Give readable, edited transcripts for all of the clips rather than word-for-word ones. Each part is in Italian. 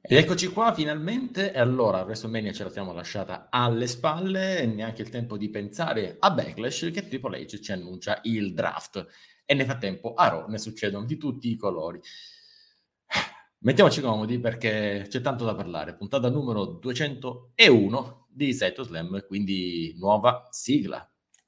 Ed eccoci qua finalmente, e allora WrestleMania ce la siamo lasciata alle spalle e neanche il tempo di pensare a Backlash che Triple H ci annuncia il draft e nel frattempo a Raw ne succedono di tutti i colori. Mettiamoci comodi perché c'è tanto da parlare, puntata numero 201 di Saito Slam, quindi nuova sigla.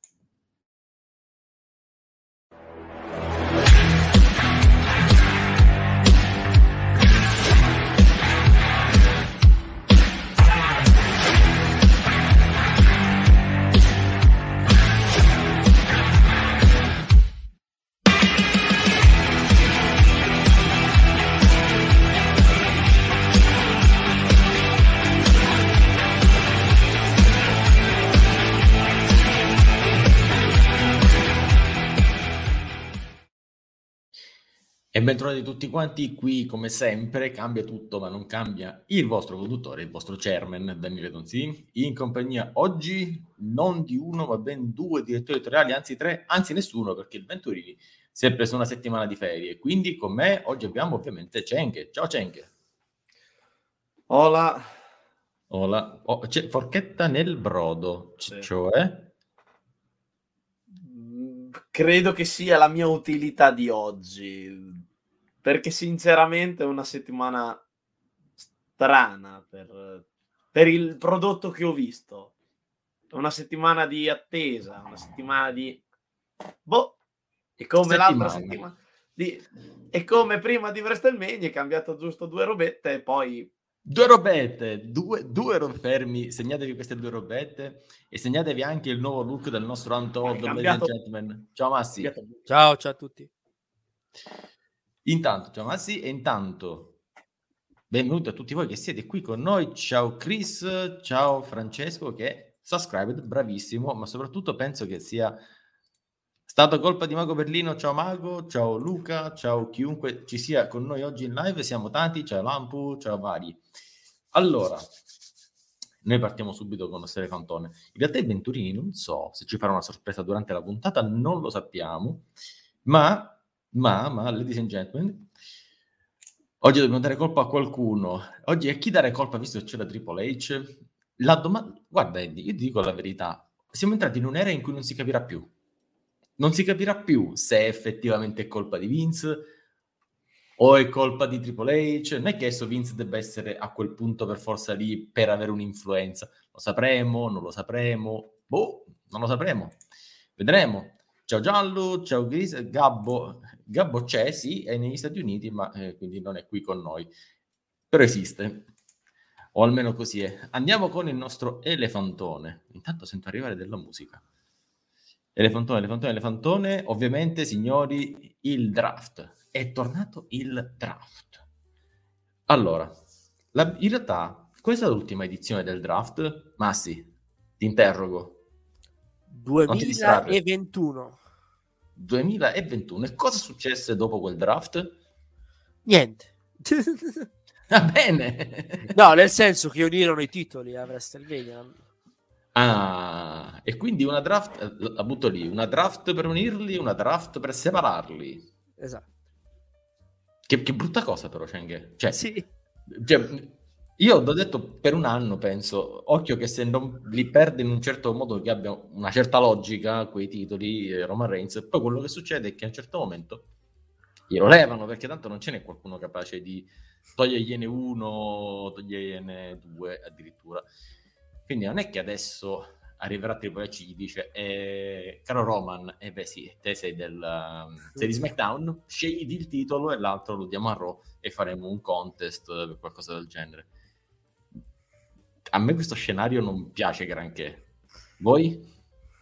E bentrovati tutti quanti, qui come sempre cambia tutto ma non cambia il vostro conduttore, il vostro chairman Daniele Donzini, in compagnia oggi non di uno ma ben due direttori editoriali, anzi tre, anzi nessuno perché il Venturini si è preso una settimana di ferie, quindi con me oggi abbiamo ovviamente Cenche. Ciao Cenche. Hola. Hola. Oh, c'è forchetta nel brodo, Sì. cioè? Credo che sia la mia utilità di oggi, perché sinceramente è una settimana strana per il prodotto che ho visto. Una settimana di attesa, una settimana di e come l'altra settimana e come prima di WrestleMania è cambiato giusto due robette e poi due robette, due fermi, segnatevi queste due robette e segnatevi anche il nuovo look del nostro Untold, ladies and gentlemen. Ciao Massi. Ciao a tutti. Intanto, ciao Massi, e intanto benvenuti a tutti voi che siete qui con noi. Ciao Chris, ciao Francesco che è subscribed, bravissimo, ma soprattutto penso che sia stato colpa di Mago Berlino. Ciao Mago, ciao Luca, ciao chiunque ci sia con noi oggi in live, siamo tanti, ciao Lampu, ciao vari. Allora, noi partiamo subito con Nostre Fantone. In realtà i Venturini non so se ci farà una sorpresa durante la puntata, non lo sappiamo, ma ladies and gentlemen, oggi dobbiamo dare colpa a qualcuno. Oggi a chi dare colpa visto che c'è la Triple H? La domanda, guarda Eddie, io ti dico la verità, siamo entrati in un'era in cui non si capirà più. Non si capirà più se effettivamente è colpa di Vince o è colpa di Triple H. Non è che adesso Vince debba essere a quel punto per forza lì per avere un'influenza. Lo sapremo, non lo sapremo. Non lo sapremo. Vedremo. Ciao Giallo, ciao Gris, Gabbo. Gabbo c'è, sì, è negli Stati Uniti, ma quindi non è qui con noi. Però esiste. O almeno così è. Andiamo con il nostro elefantone. Intanto sento arrivare della musica. Elefantone, ovviamente, signori, il draft. È tornato il draft. Allora, in realtà, questa è l'ultima edizione del draft. Massi, ti interrogo. 2021. 2021. E cosa successe dopo quel draft? Niente. Va bene. No, nel senso che unirono i titoli a WrestleMania. Ah, e quindi una draft, la butto lì, una draft per unirli, una draft per separarli. Esatto. Che brutta cosa però, Cheng. Cioè, sì. Io ho detto per un anno, penso, occhio che se non li perde in un certo modo che abbia una certa logica quei titoli, Roman Reigns, poi quello che succede è che a un certo momento glielo levano, perché tanto non ce n'è qualcuno capace di togliergliene uno, togliergliene due addirittura. Quindi non è che adesso arriverà Triple H e gli dice caro Roman, beh sì, te sei di SmackDown, scegli il titolo e l'altro lo diamo a Raw e faremo un contest per qualcosa del genere. A me questo scenario non piace granché. Voi?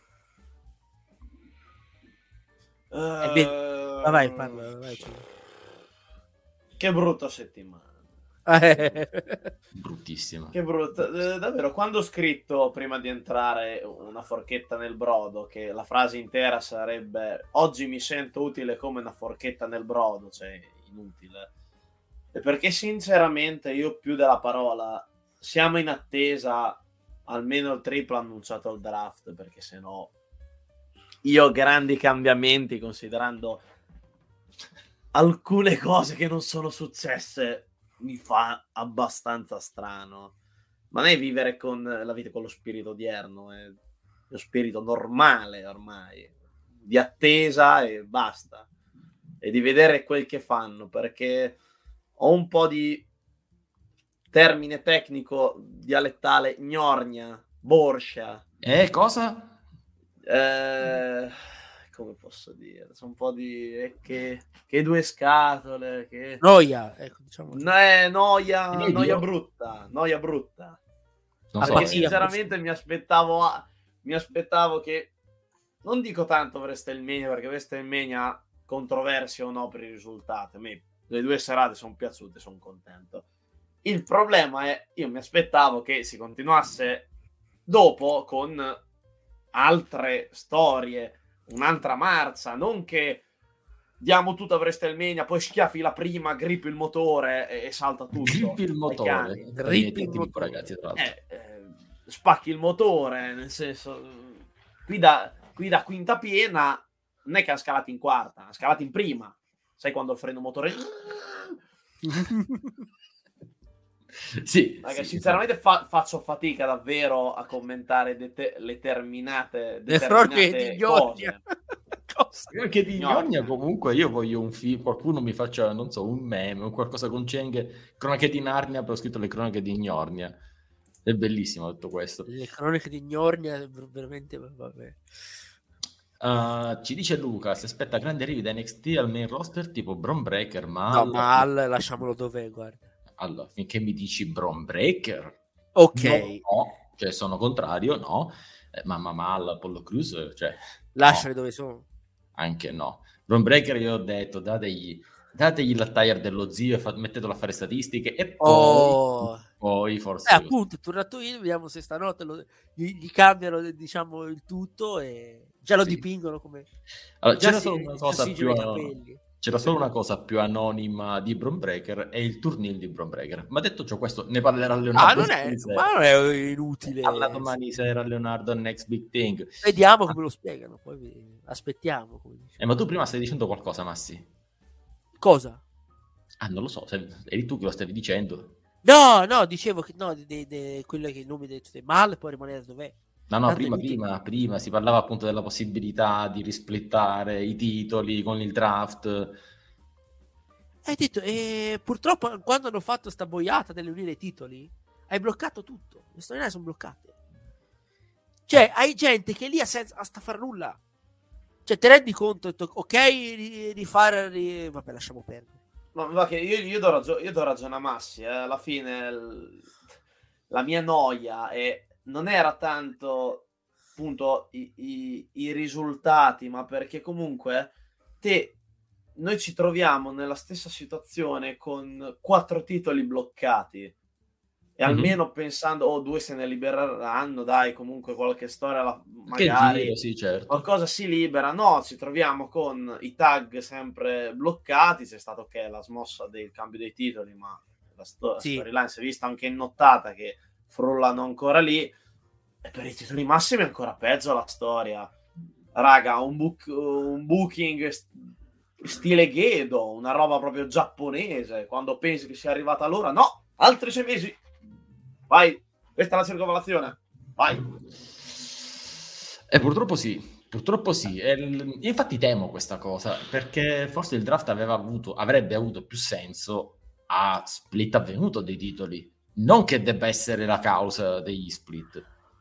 Vai, parla. Vai. Che brutta settimana. Bruttissima. Che brutta. Davvero, quando ho scritto prima di entrare una forchetta nel brodo, che la frase intera sarebbe oggi mi sento utile come una forchetta nel brodo, cioè inutile. E perché sinceramente io più della parola siamo in attesa almeno il triplo annunciato al draft, perché sennò io grandi cambiamenti considerando alcune cose che non sono successe mi fa abbastanza strano. Ma non è vivere con la vita con lo spirito odierno, è lo spirito normale ormai, di attesa e basta, e di vedere quel che fanno, perché ho un po' di termine tecnico dialettale, gnorgna, borscia. Cosa? Come posso dire? C'è un po' di che due scatole, che Noia, ecco, diciamo. noia brutta. Non so, Perché sinceramente mi aspettavo che, non dico tanto WrestleMania, perché WrestleMania controversia o no per i risultati, a me le due serate sono piaciute, sono contento. Il problema è, io mi aspettavo che si continuasse dopo con altre storie, un'altra marcia, non che diamo tutto a WrestleMania, poi schiaffi la prima, grippi il motore e salta tutto. Grippi il motore. Grippi il motore. Ragazzi, tra l'altro. Spacchi il motore, nel senso, qui da quinta piena non è che ha scalato in quarta, ha scalato in prima. Sai quando il freno motore... Sì, Perché sì, sinceramente faccio fatica davvero a commentare determinate cose. Anche di Gnogna comunque io voglio un film, qualcuno mi faccia, non so, un meme o qualcosa con Cheng, Cronache di Narnia, però ho scritto le cronache di Gnornia. È bellissimo tutto questo. Le cronache di Gnornia, veramente, vabbè. Ci dice Luca, si aspetta grandi arrivi da NXT al main roster tipo Bron Breaker, No, ma lasciamolo dov'è, guarda. Allora, finché mi dici Bron Breaker, ok, no, cioè sono contrario, no, Mamma Mal, Apollo Crews, cioè lasciali no, dove sono. anche no. Bron Breaker io ho detto dategli la tire dello zio e mettetelo a fare statistiche e poi forse appunto è tornato in, vediamo se stanotte gli cambiano, diciamo, il tutto e già lo dipingono come allora, già c'era solo una cosa più anonima di Bron Breaker e il turnil di Bron Breaker, ma detto ciò questo ne parlerà Leonardo non è inutile, parla domani sera Leonardo Next Big Thing, vediamo come lo spiegano, poi aspettiamo, ma tu prima stai dicendo qualcosa, Massi? Cosa? Non lo so, eri tu che lo stavi dicendo. No, dicevo che no, quello che il nome detto Mal può rimanere dov'è. No, prima si parlava appunto della possibilità di risplittare i titoli con il draft. Hai detto, purtroppo quando hanno fatto sta boiata dell'unire i titoli, hai bloccato tutto. Le storie sono bloccate. Cioè, hai gente che lì a sta fare nulla. Cioè, ti rendi conto? Ok, rifare... Vabbè, lasciamo perdere. Ma che io do ragione a Massi, alla fine la mia noia non era tanto appunto i risultati, ma perché comunque noi ci troviamo nella stessa situazione con 4 titoli bloccati e almeno pensando 2 se ne libereranno, dai, comunque qualche storia magari giro, sì, certo. qualcosa si libera. No, ci troviamo con i tag sempre bloccati. C'è stato la smossa del cambio dei titoli, ma la storyline si è vista anche in nottata che frullano ancora lì, e per i titoli massimi è ancora peggio la storia, raga. Un booking stile Gedo, una roba proprio giapponese, quando pensi che sia arrivata l'ora, no, altri 6 mesi, vai, questa è la circolazione, vai. Purtroppo sì. Infatti temo questa cosa, perché forse il draft avrebbe avuto più senso a split avvenuto dei titoli, non che debba essere la causa degli split.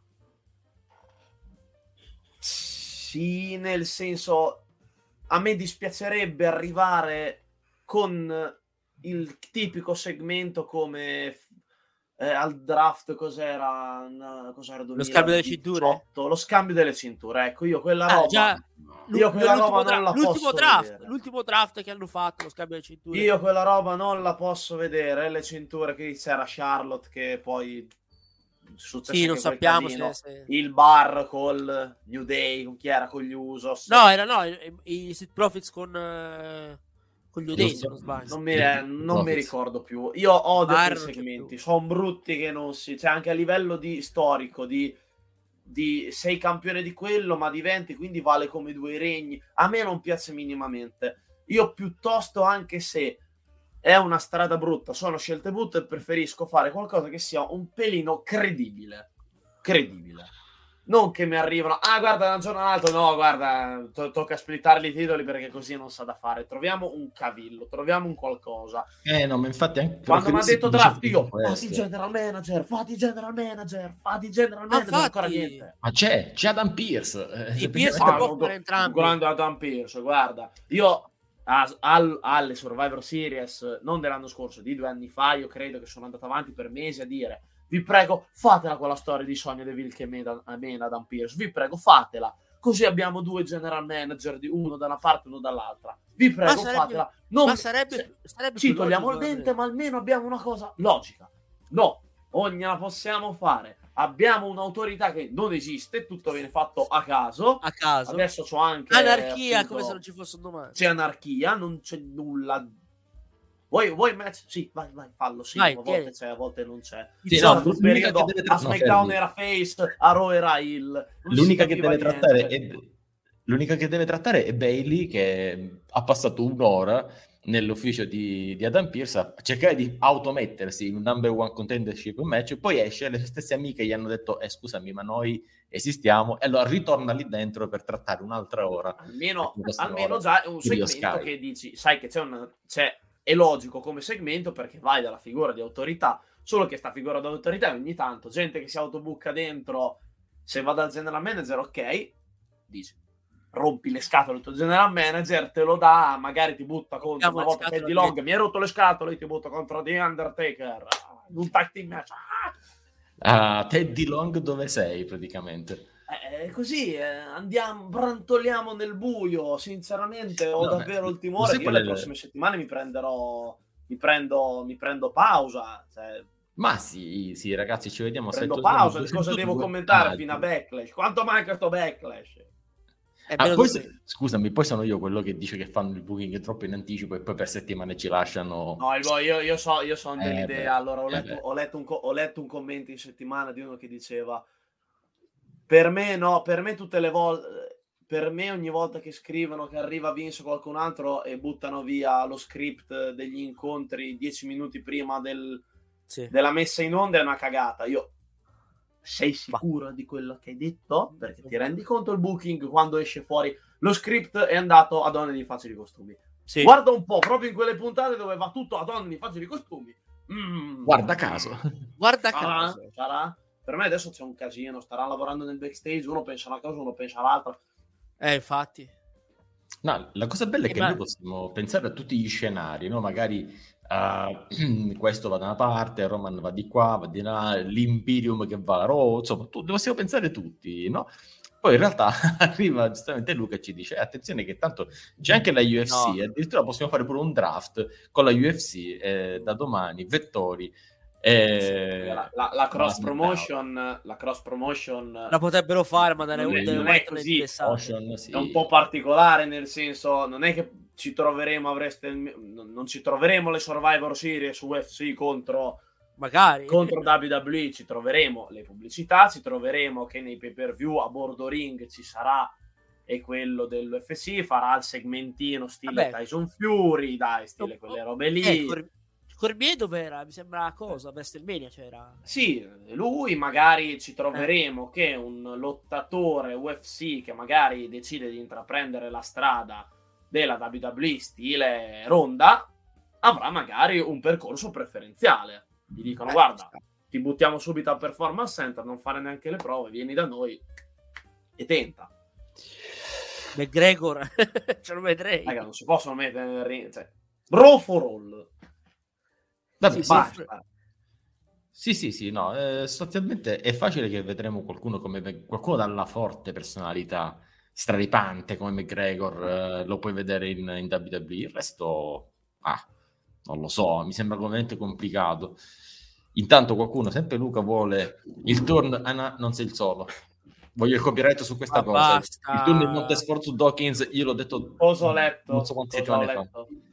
Sì, nel senso, a me dispiacerebbe arrivare con il tipico segmento come al draft, cos'era 2018, lo scambio delle cinture? Lo scambio delle cinture, ecco, io quella roba non la posso vedere. L'ultimo draft che hanno fatto, lo scambio delle cinture, io quella roba non la posso vedere. Le cinture che c'era Charlotte, che poi sì, non sappiamo se... il bar col New Day, con chi era, con gli Usos, i Street Profits con gli Day, se non sbaglio. Non mi ricordo più. Io odio quei segmenti, sono brutti che non si... Cioè, anche a livello di storico, di sei campione di quello, ma diventi, quindi vale come 2 regni. A me non piace minimamente. Io piuttosto, anche se è una strada brutta, sono scelte brutte e preferisco fare qualcosa che sia un pelino credibile. Non che mi arrivano, guarda, da un giorno all'altro, no, guarda, tocca splittarli i titoli perché così non sa da fare. Troviamo un cavillo, troviamo un qualcosa. No, ma infatti anche quando mi ha detto draft, io fatti general manager, ancora niente. Ma c'è Adam Pearce. Sì, Pearce può fare entrambi. Grande Adam Pearce, guarda, io alle Survivor Series, non dell'anno scorso, di 2 anni fa, io credo che sono andato avanti per mesi a dire: vi prego, fatela quella storia di Sonya Deville che mena Adam Pearce. Vi prego, fatela. Così abbiamo 2 general manager, uno da una parte e uno dall'altra. Vi prego, fatela. Sarebbe ci togliamo il dente, ma almeno abbiamo una cosa logica. No, ogni la possiamo fare. Abbiamo un'autorità che non esiste, tutto viene fatto a caso. Adesso c'ho anche anarchia, appunto, come se non ci fosse un domani. C'è anarchia, non c'è nulla. Vuoi match? Sì, vai, fallo. Sì, a volte c'è, a volte non c'è. Sì, no, periodo, a SmackDown era face, a Raw era heel. L'unica che deve trattare è Bayley, che ha passato un'ora nell'ufficio di Adam Pearce a cercare di automettersi in un number one contendership match, e poi esce, le stesse amiche gli hanno detto scusami, ma noi esistiamo, e allora ritorna lì dentro per trattare un'altra ora. Almeno già è un segmento che dici, sai che è logico come segmento perché vai dalla figura di autorità, solo che sta figura di autorità ogni tanto gente che si autobucca dentro, se va dal general manager, ok, dici rompi le scatole al tuo general manager, te lo dà, magari ti butta contro, una volta che Teddy Long mi ha rotto le scatole, ti butta contro The Undertaker, un tag team match. Teddy Long, dove sei praticamente? Così andiamo, brantoliamo nel buio. Sinceramente ho davvero il timore che io le prossime settimane mi prendo pausa, cioè, ma sì ragazzi, ci vediamo. Prendo pausa, cosa devo commentare fino a Backlash? Quanto manca sto Backlash? Scusami, poi sono io quello che dice che fanno il booking troppo in anticipo e poi per settimane ci lasciano. No, io sono dell'idea. Allora ho letto un commento in settimana di uno che diceva: per me tutte le volte, per me ogni volta che scrivono che arriva Vince o qualcun altro e buttano via lo script degli incontri 10 minuti prima della messa in onda è una cagata. Sei sicuro di quello che hai detto? Perché ti rendi conto il booking quando esce fuori lo script è andato a donne di facili costumi. Sì. Guarda un po', proprio in quelle puntate dove va tutto a donne di facili costumi. Guarda caso. Sarà? Per me adesso c'è un casino, starà lavorando nel backstage, uno pensa una cosa, uno pensa l'altra. Infatti. No, la cosa bella è che noi possiamo pensare a tutti gli scenari, no? Magari questo va da una parte, Roman va di qua, va di là, l'Imperium che va a Raw, insomma, possiamo pensare tutti, no? Poi in realtà arriva giustamente Luca e ci dice attenzione che tanto c'è anche la UFC, addirittura possiamo fare pure un draft con la UFC da domani, vettori. La cross promotion la potrebbero fare, ma non è così. È un po' particolare, nel senso, non è che ci troveremo non ci troveremo le Survivor Series UFC contro WWE, ci troveremo le pubblicità, ci troveremo che nei pay-per-view a bordo ring ci sarà, e quello dell'UFC farà il segmentino stile Tyson Fury, stile quelle robe lì. Cormier dov'era? Mi sembra WrestleMania c'era. Sì, lui magari ci troveremo che un lottatore UFC che magari decide di intraprendere la strada della WWE stile Ronda avrà magari un percorso preferenziale. Gli dicono guarda, ti buttiamo subito al Performance Center, non fare neanche le prove, vieni da noi e tenta. McGregor ce lo vedrei. Raga, non si possono mettere nel ring, cioè, Raw for all. Vabbè, sì, no, sostanzialmente è facile che vedremo qualcuno dalla forte personalità straripante come McGregor, lo puoi vedere in WWE, il resto non lo so, mi sembra veramente complicato. Intanto qualcuno, sempre Luca, vuole il turn, non sei il solo, voglio il copyright su questa cosa, basta. Il turn di Montesport su Dawkins, io l'ho detto non so quante settimane fa.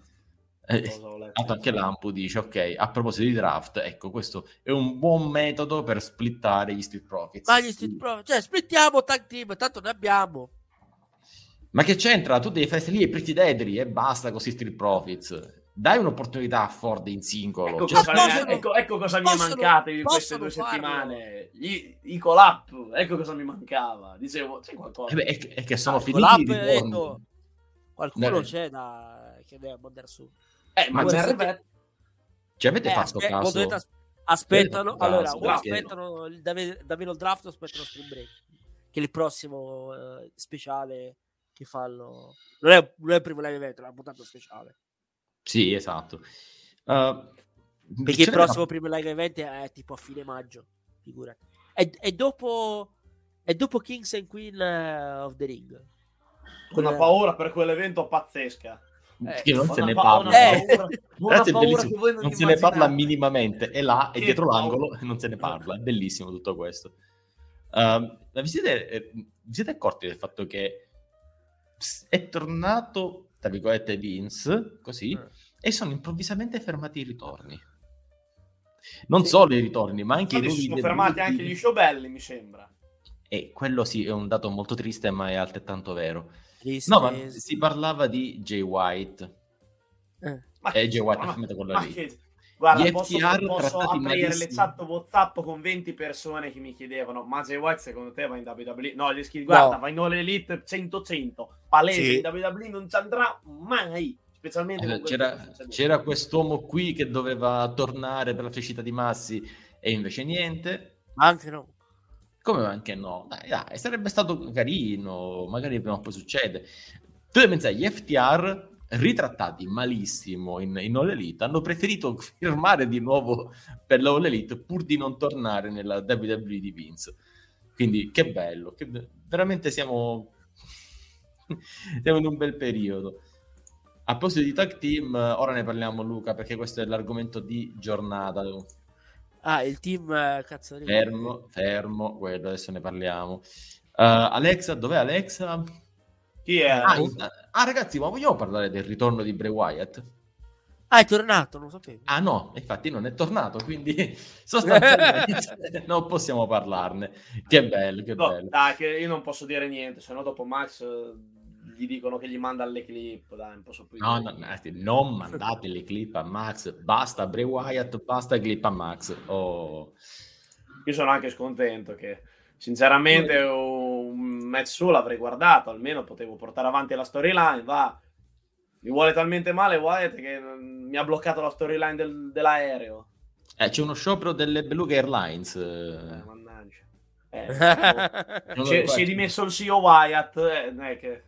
Anche Lampu dice ok, a proposito di draft, ecco, questo è un buon metodo per splittare gli Street Profits. Ma gli Street Profits, cioè splittiamo tag team, tanto ne abbiamo. Ma che c'entra? Tu devi fare lì i Pretty Deadly e basta con questi Street Profits. dai un'opportunità a Ford in singolo. Ecco Cioè, cosa mi è mancato di queste 2 farlo. settimane. I collab, ecco cosa mi mancava. Dicevo, c'è qualcosa. è che sono Collab, finiti i ritorni. detto, qualcuno No. c'è che deve mandare su. Ma Vuole Mervet, Ci avete fatto caso? Aspettano, Avete allora, fatto o caso? aspettano davvero il draft o aspettano Spring Break, che è il prossimo speciale che fanno. Non è il primo live event, è una puntata speciale. Sì, esatto. Perché il prossimo primo live event è tipo a fine maggio, figurati. È dopo Kings and Queen of the Ring. una paura per quell'evento pazzesca. Che non se ne Una parla. paura Bellissimo. che voi non se ne parla immaginate. minimamente. È là, è Che dietro paura. l'angolo e non se ne parla. È bellissimo tutto questo. Vi siete accorti del fatto che è tornato, tra virgolette, Vince, così, e sono improvvisamente fermati i ritorni. Non solo i ritorni, ma anche i Infatti nuovi sono fermati debutti. anche gli show belli, mi sembra. E quello sì, è un dato molto triste, ma è altrettanto vero. Triste. No, ma si parlava di Jay White. Jay White ha firmato con la League. Guarda, Gli posso FTR aprire trattati le chat WhatsApp con 20 persone che mi chiedevano: ma Jay White secondo te va in WWE? No, gli scrivi, guarda, va in All Elite 100-100, palese, Sì. in WWE non ci andrà mai. Specialmente con C'era quest'uomo qui che doveva tornare per la felicità di Massi e invece niente. Anche no. Come anche no? Dai, sarebbe stato carino, magari prima o poi succede. Tu devi pensare, gli FTR ritrattati malissimo in All Elite hanno preferito firmare di nuovo per la All Elite pur di non tornare nella WWE di Vince. Quindi che bello, veramente siamo in un bel periodo. A proposito di tag team, ora ne parliamo, Luca, perché questo è l'argomento di giornata. Il team cazzo di fermo, quello adesso ne parliamo. Alexa, dov'è Alexa? Chi è? Ragazzi, ma vogliamo parlare del ritorno di Bray Wyatt? È tornato, non lo sapevo. No, infatti non è tornato, quindi sostanzialmente non possiamo parlarne. Che bello, che bello. Dai, che io non posso dire niente, se no dopo Max gli dicono che gli manda le clip, dai, non posso più No, non mandate le clip a Max, basta Bray Wyatt, basta clip a Max. Oh. Io sono anche scontento che sinceramente un match solo l'avrei guardato, almeno potevo portare avanti la storyline, mi vuole talmente male Wyatt che mi ha bloccato la storyline dell'aereo. C'è uno sciopero delle Beluga Airlines. Mannaggia. Si è dimesso il CEO Wyatt, non è che...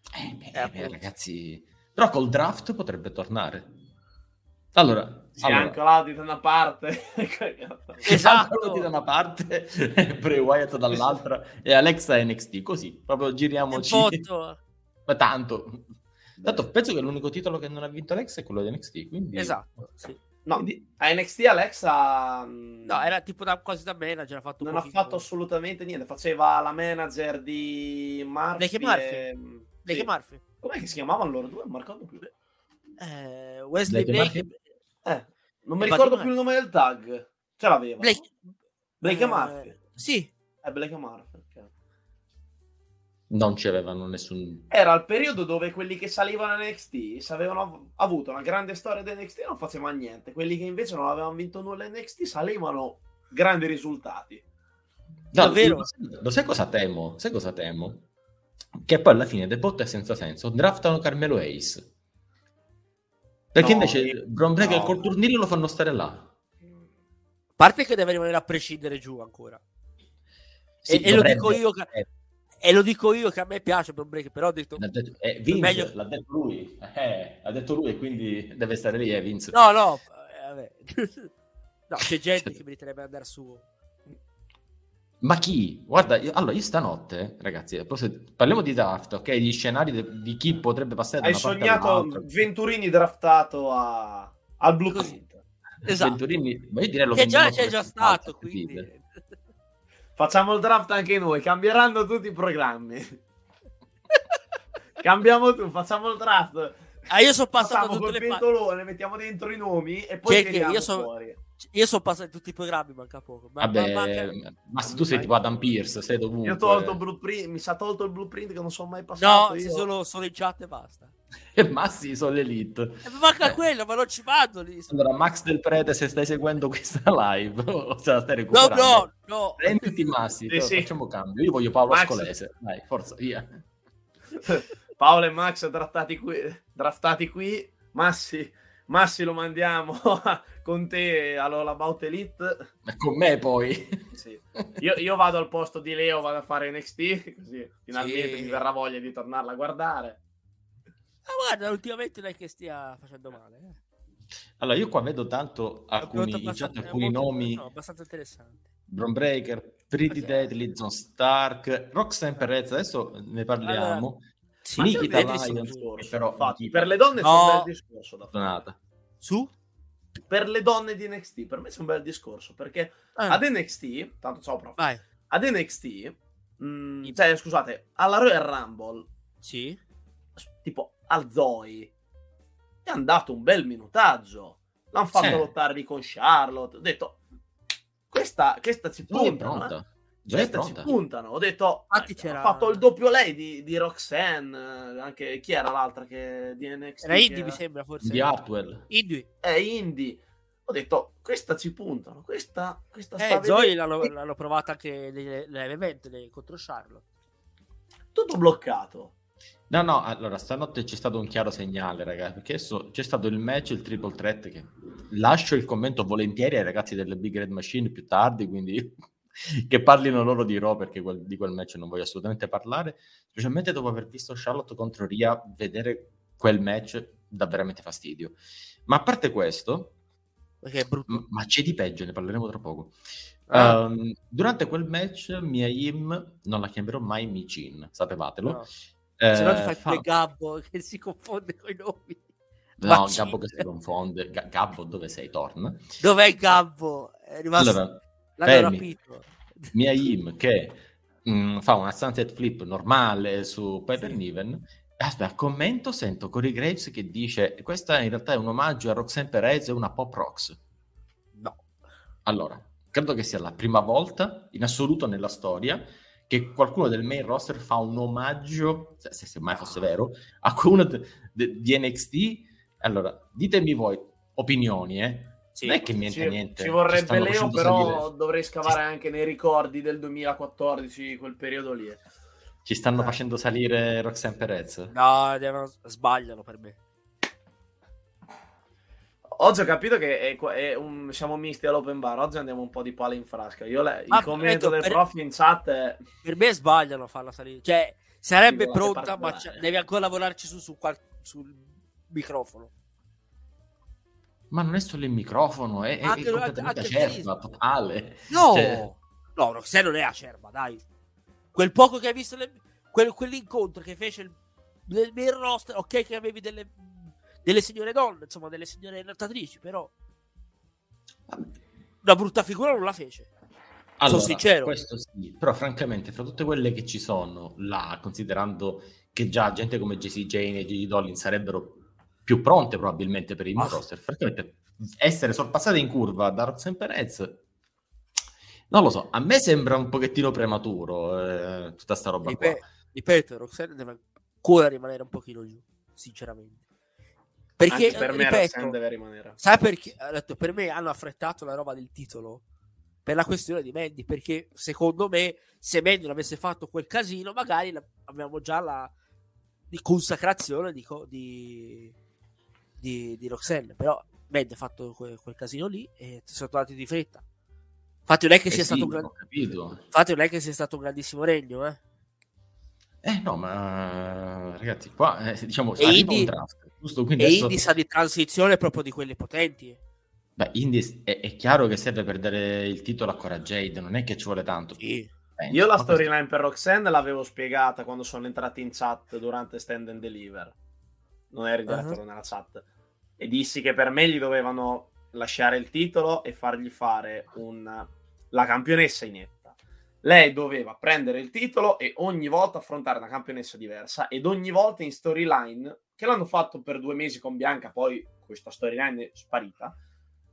ragazzi, però col draft potrebbe tornare. Allora, anche l'Audi da una parte, esatto, da una parte, Bray Wyatt dall'altra e Alexa NXT, così proprio giriamoci. Ma tanto penso che l'unico titolo che non ha vinto Alexa è quello di NXT, quindi esatto, sì. No, a NXT Alexa no, era tipo quasi da manager, non ha fatto assolutamente niente, faceva la manager di Murphy. Murphy. Com'è che si chiamavano loro due? Non mi ricordo più. Wesley Blake. Non mi ricordo più il nome del tag. Ce l'aveva. Blake e Murphy. Sì. Blake e Murphy. Okay. Non c'avevano nessun... Era il periodo dove quelli che salivano a NXT, se avevano avuto una grande storia di NXT, non facevano niente. Quelli che invece non avevano vinto nulla a NXT salivano grandi risultati. Davvero? Lo sai cosa temo? Che poi alla fine The Pot è senza senso. Draftano Carmelo Ace. Perché invece Bron Breakker col turnillo lo fanno stare là. A parte che deve rimanere a prescindere giù ancora. Sì, e lo dico io che... E lo dico io che a me piace Bron Breakker, però ho detto... Vince, meglio... l'ha detto lui. Ha detto lui e quindi deve stare lì, Vince. No, vabbè. No, c'è gente che meriterebbe andare su. Ma chi? Guarda, io stanotte, ragazzi, parliamo di draft, ok? Di scenari di chi potrebbe passare da Hai una parte sognato Venturini draftato al Blue Point. Esatto. Venturini, ma io direi che già c'è già stato, quindi... Facciamo il draft anche noi, cambieranno tutti i programmi. Cambiamo tu, facciamo il draft. Io sono passato tutte le pentolone, mettiamo dentro i nomi e poi tiriamo fuori. Io sono passato in tutti i programmi, manca poco. Vabbè, ma se tu sei tipo Adam Pearce, sei dovunque. Io ho tolto il blueprint, mi sa tolto il blueprint che non sono mai passato. No, io. sono in chat e basta. E Massi sono l'elite. Manca quello, ma non ci vado lì. Allora, Max del Prete, se stai seguendo questa live o se la stai recuperando, No. prenditi Massi, Sì. facciamo cambio. Io voglio Paolo Max. Scolese. Dai, forza, via. Paolo e Max draftati qui. Massi lo mandiamo con te all'All About Elite. E con me poi. Sì. Io vado al posto di Leo, vado a fare NXT, così finalmente Sì. mi verrà voglia di tornarla a guardare. Guarda, ultimamente non è che stia facendo male. Allora, io qua vedo tanto in chat alcuni nomi. No, abbastanza interessante. Braun Breaker, Pretty Ok. Deadly, John Stark, Roxanne Perez, adesso ne parliamo. Allora, sì, Nikita Davis, Lyons, Discorso, però infatti, Nikita per le donne c'è un bel discorso da fare. donata. Su? Per le donne di NXT, per me c'è un bel discorso, perché ad NXT, tanto ciao prof, Vai. ad NXT, cioè scusate, alla Royal Rumble, Sì. tipo al Zoe, è andato un bel minutaggio. L'hanno fatto Sì. lottare con Charlotte. Ho detto, questa ci Già è puntano. pronta. Già è Questa ci pronta. puntano. Ho detto, Infatti ha c'era- fatto il doppio lei di Roxanne. Anche chi era l'altra che di NXT? Era che Indy, mi sembra, forse. Di Hartwell. Indy. È indie. Ho detto, questa ci puntano. Questa sta Zoe vedendo- l'hanno provata anche nelle event contro Charlotte. tutto bloccato. No, allora stanotte c'è stato un chiaro segnale, ragazzi, perché adesso c'è stato il match, il triple threat, che lascio il commento volentieri ai ragazzi delle Big Red Machine più tardi, quindi che parlino loro di Raw, perché di quel match non voglio assolutamente parlare, specialmente dopo aver visto Charlotte contro Rhea, vedere quel match dà veramente fastidio. Ma a parte questo, Perché è brutto. ma c'è di peggio, ne parleremo tra poco. Ah. Durante quel match Mia Yim, non la chiamerò mai Micin, sapevatelo. No. Se no ti fai fa- pure Gabbo che si confonde con i nomi. No, Macin. Gabbo che si confonde. Gabbo, dove sei? Torna. Dov'è Gabbo? È rimasto... Allora, L'hanno fermi. rapito. Mia Yim che fa una sunset flip normale su Piper Niven. Aspetta, commento sento Corey Graves che dice questa in realtà è un omaggio a Roxanne Perez e una Pop Rocks. No. Allora, credo che sia la prima volta in assoluto nella storia che qualcuno del main roster fa un omaggio, se mai fosse vero, a qualcuno di NXT. Allora, ditemi voi opinioni, Sì. non è che niente. Ci vorrebbe stanno Leo, facendo però salire- dovrei scavare anche nei ricordi del 2014, quel periodo lì. Ci stanno facendo salire Roxanne Perez. No, sbagliano per me. Oggi ho capito che siamo misti all'open bar. Oggi andiamo un po' di palla in frasca. Il commento del prof in chat è... Per me sbagliano a farla salire. Cioè, sarebbe Sì, pronta, ma particolare. devi ancora lavorarci sul microfono. Ma non è solo il microfono, è Anche- completamente anche il acerba, carisma. totale. No! Cioè, No, Roxanne non è acerba, dai. Quel poco che hai visto, quell'incontro che fece nel main roster, ok che avevi delle signore donne, insomma, delle signore lottatrici, però una brutta figura non la fece. allora, Sono sincero. questo sì, però francamente, fra tutte quelle che ci sono là, considerando che già gente come JC Jane e Gigi Dollin sarebbero più pronte probabilmente per il main roster, francamente essere sorpassate in curva da Roxanne Perez, non lo so, a me sembra un pochettino prematuro tutta sta roba qua. Ripeto, Roxanne deve ancora rimanere un pochino giù, sinceramente. Perché, Anche per me ripeto, Roxanne deve rimanere. sai perché? Ho detto, per me hanno affrettato la roba del titolo per la questione di Mandy, perché secondo me se Mandy non avesse fatto quel casino magari abbiamo già la di consacrazione di Roxanne, però Mandy ha fatto quel casino lì e sono tornati di fretta. Infatti non è che sia stato ho capito. Infatti non è che sia stato un grandissimo regno, No, ma ragazzi, qua diciamo E arriva Indy- un draft, giusto? Quindi e adesso, Indy sa di transizione proprio di quelle potenti. beh, Indy è chiaro che serve per dare il titolo a Cora Jade, non è che ci vuole tanto. Sì. Penso. Io la Ma storyline per Roxanne l'avevo spiegata quando sono entrati in chat durante Stand and Deliver. Non eri direttore nella chat. E dissi che per me gli dovevano lasciare il titolo e fargli fare la campionessa inetta. Lei doveva prendere il titolo e ogni volta affrontare una campionessa diversa, ed ogni volta in storyline, che l'hanno fatto per 2 mesi con Bianca, poi questa storyline è sparita,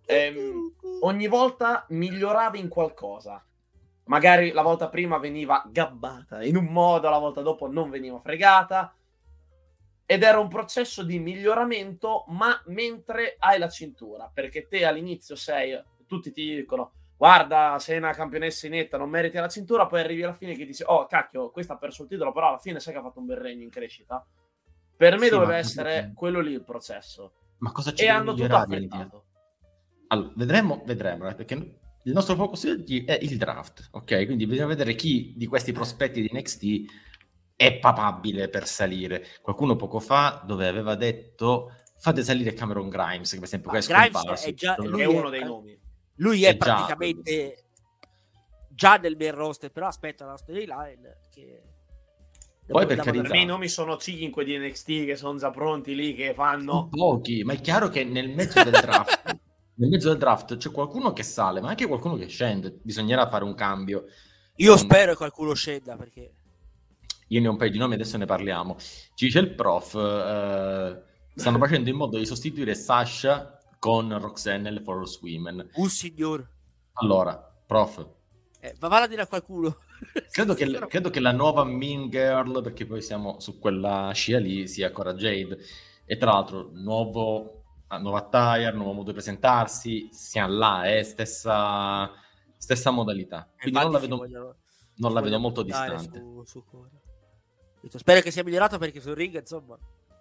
ogni volta migliorava in qualcosa. Magari la volta prima veniva gabbata in un modo, la volta dopo non veniva fregata. Ed era un processo di miglioramento, ma mentre hai la cintura. Perché te all'inizio tutti ti dicono: guarda, sei una campionessa netta, non meriti la cintura. Poi arrivi alla fine che dici: oh cacchio, questa ha perso il titolo, però alla fine sai che ha fatto un bel regno in crescita. Per me doveva essere quello lì il processo. Ma cosa ci e deve hanno tutto migliorare? affrettato. Allora, vedremo, perché il nostro focus oggi è il draft, ok? Quindi bisogna vedere chi di questi prospetti di NXT è papabile per salire. Qualcuno poco fa dove aveva detto fate salire Cameron Grimes, che per esempio è scomparso. È uno dei nomi. Lui è praticamente già nel main roster, però aspetta la storyline che... Poi per carità, per me i nomi sono 5 di NXT che sono già pronti lì, che fanno pochi, ma è chiaro che nel mezzo del draft c'è qualcuno che sale, ma anche qualcuno che scende. Bisognerà fare un cambio. Io spero che qualcuno scenda, perché io ne ho un paio di nomi, adesso ne parliamo. Ci dice il prof, stanno facendo in modo di sostituire Sasha con Roxanne nelle For Women. Signor. Allora, prof, ma vale a dire a qualcuno. credo che la nuova Mean Girl, perché poi siamo su quella scia lì, sia Cora Jade. E tra l'altro nuova attire, nuovo modo di presentarsi, siamo là, stessa modalità. Quindi non la vedo molto distante. Su spero che sia migliorato, perché sul ring, insomma.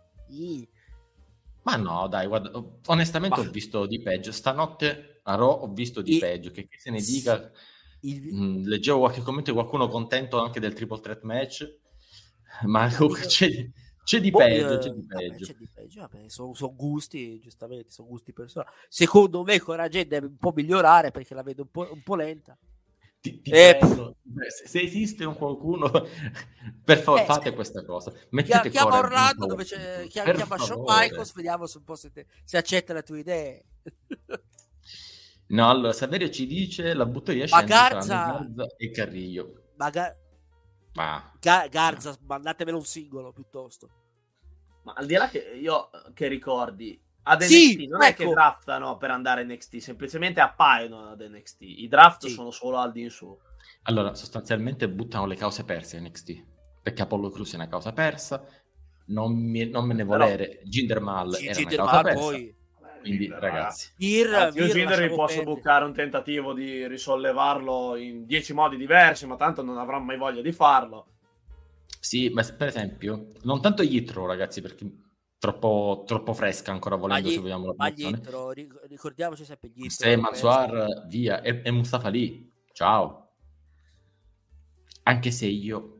Ma no, dai, guarda, onestamente ho visto di peggio. Stanotte a Raw ho visto di peggio, che se ne dica. Leggevo qualche commento di qualcuno contento anche del triple threat match, ma c'è di peggio. C'è di peggio. Vabbè, sono gusti, giustamente, sono gusti personali. Secondo me Cora Jade deve un po' migliorare, perché la vedo un po' lenta. Ti prego, se esiste un qualcuno, per favore fate questa cosa. Mettete chiama Orlando, dove c'è, chiama Shawn Michaels, vediamo se un po' se accetta le tue idee. No, allora Saverio ci dice la butteria scende Garza e Carrillo. Garza, mandatemelo un singolo piuttosto. Ma al di là che ricordi, ad NXT non è che draftano per andare NXT, semplicemente appaiono ad NXT. I draft sono solo al di in su. Allora, sostanzialmente buttano le cause perse NXT, perché Apollo Crews è una causa persa, non me ne volere, Jinder Mahal era una causa persa. Poi... Quindi ragazzi, io Jinder vi posso bucare un tentativo di risollevarlo in 10 modi diversi, ma tanto non avrò mai voglia di farlo. Sì, ma per esempio non tanto Yitro, ragazzi, perché troppo fresca ancora, volendo, se vogliamo la Yitro, ricordiamoci sempre Yitro, se Mansoir via e Mustafa lì, ciao. Anche se io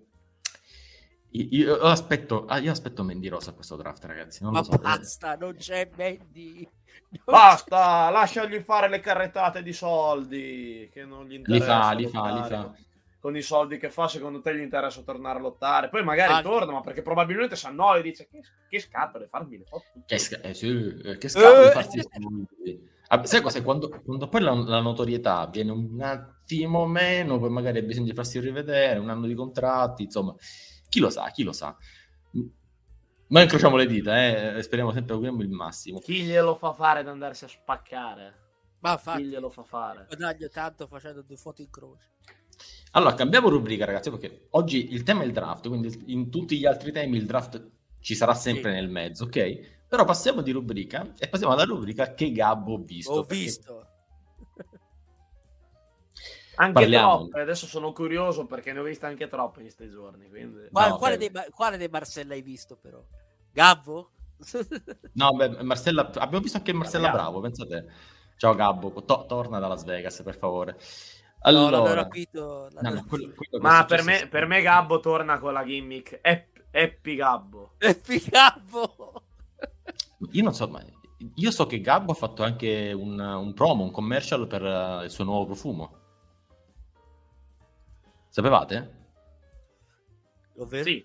aspetto Mandy Rosa a questo draft, ragazzi. Non lo so. Basta, non c'è Mandy. Basta, lasciagli fare le carrettate di soldi che non gli interessa. Li fa. Con i soldi che fa, secondo te gli interessa tornare a lottare? Poi magari torna, ma perché probabilmente sa no e dice che scatole farmi le foto. Che scatole farsi. Sai cosa? Quando poi la notorietà viene un attimo meno, poi magari hai bisogno di farsi rivedere, un anno di contratti, insomma, chi lo sa. Ma incrociamo le dita, speriamo sempre, auguriamo il massimo. Chi glielo fa fare ad andarsi a spaccare? Ma infatti, chi glielo fa fare? Guadagno tanto facendo 2 foto in croce. Allora, cambiamo rubrica, ragazzi, perché oggi il tema è il draft, quindi in tutti gli altri temi il draft ci sarà sempre nel mezzo, ok? Però passiamo di rubrica e passiamo alla rubrica che Gabbo ho visto. Anche troppe, adesso sono curioso perché ne ho viste anche troppe in questi giorni. Quindi... Quale dei Marcella hai visto, però? Gabbo? No, Marcella, abbiamo visto anche Marcella Bravo, pensate. Ciao Gabbo, torna da Las Vegas, per favore. Allora, no, l'ho capito. Ma per me Gabbo torna con la gimmick Happy Gabbo. Io non so, ma io so che Gabbo ha fatto anche un promo, un commercial per il suo nuovo profumo. Sapevate? Ovvero? Sì.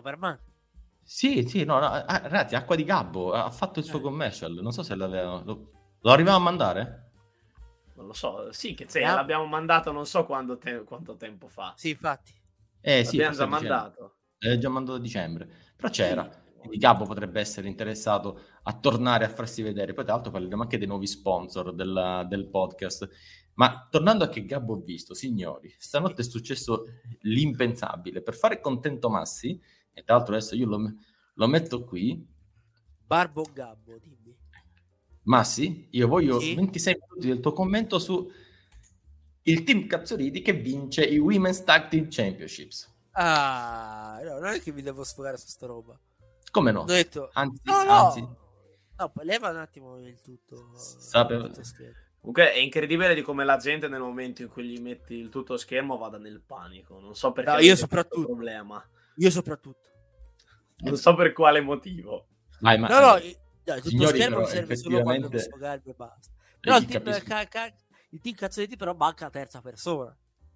Sì, no, ragazzi, Acqua di Gabbo ha fatto il suo commercial. Non so se lo arriviamo a mandare? Non lo so, sì, che l'abbiamo mandato non so quanto tempo fa. Sì, infatti. L'abbiamo già mandato. Già mandato a dicembre. Però c'era. di capo potrebbe essere interessato a tornare a farsi vedere. Poi tra l'altro parleremo anche dei nuovi sponsor del podcast. Ma tornando a che Gabbo ho visto, signori, stanotte è successo l'impensabile. Per fare contento Massi, e tra l'altro adesso io lo metto qui. Barbo Gabbo, dimmi. Massi, io voglio Sì? 26 minuti del tuo commento su il team Cazzoliti che vince i Women's Tag Team Championships. Ah, no, non è che mi devo sfogare su sta roba. Come no? Ho detto, Anzi, no, poi leva un attimo il tutto. Sapevo. Il tutto schermo. Comunque è incredibile di come la gente nel momento in cui gli metti il tutto schermo vada nel panico. Non so perché. No, io soprattutto. Problema. Io soprattutto. Non so per quale motivo. Vai, ma No, il tutto signori, schermo però, serve solo quando devo sfogarmi e basta. Però il team Cazzoletti però manca la terza persona.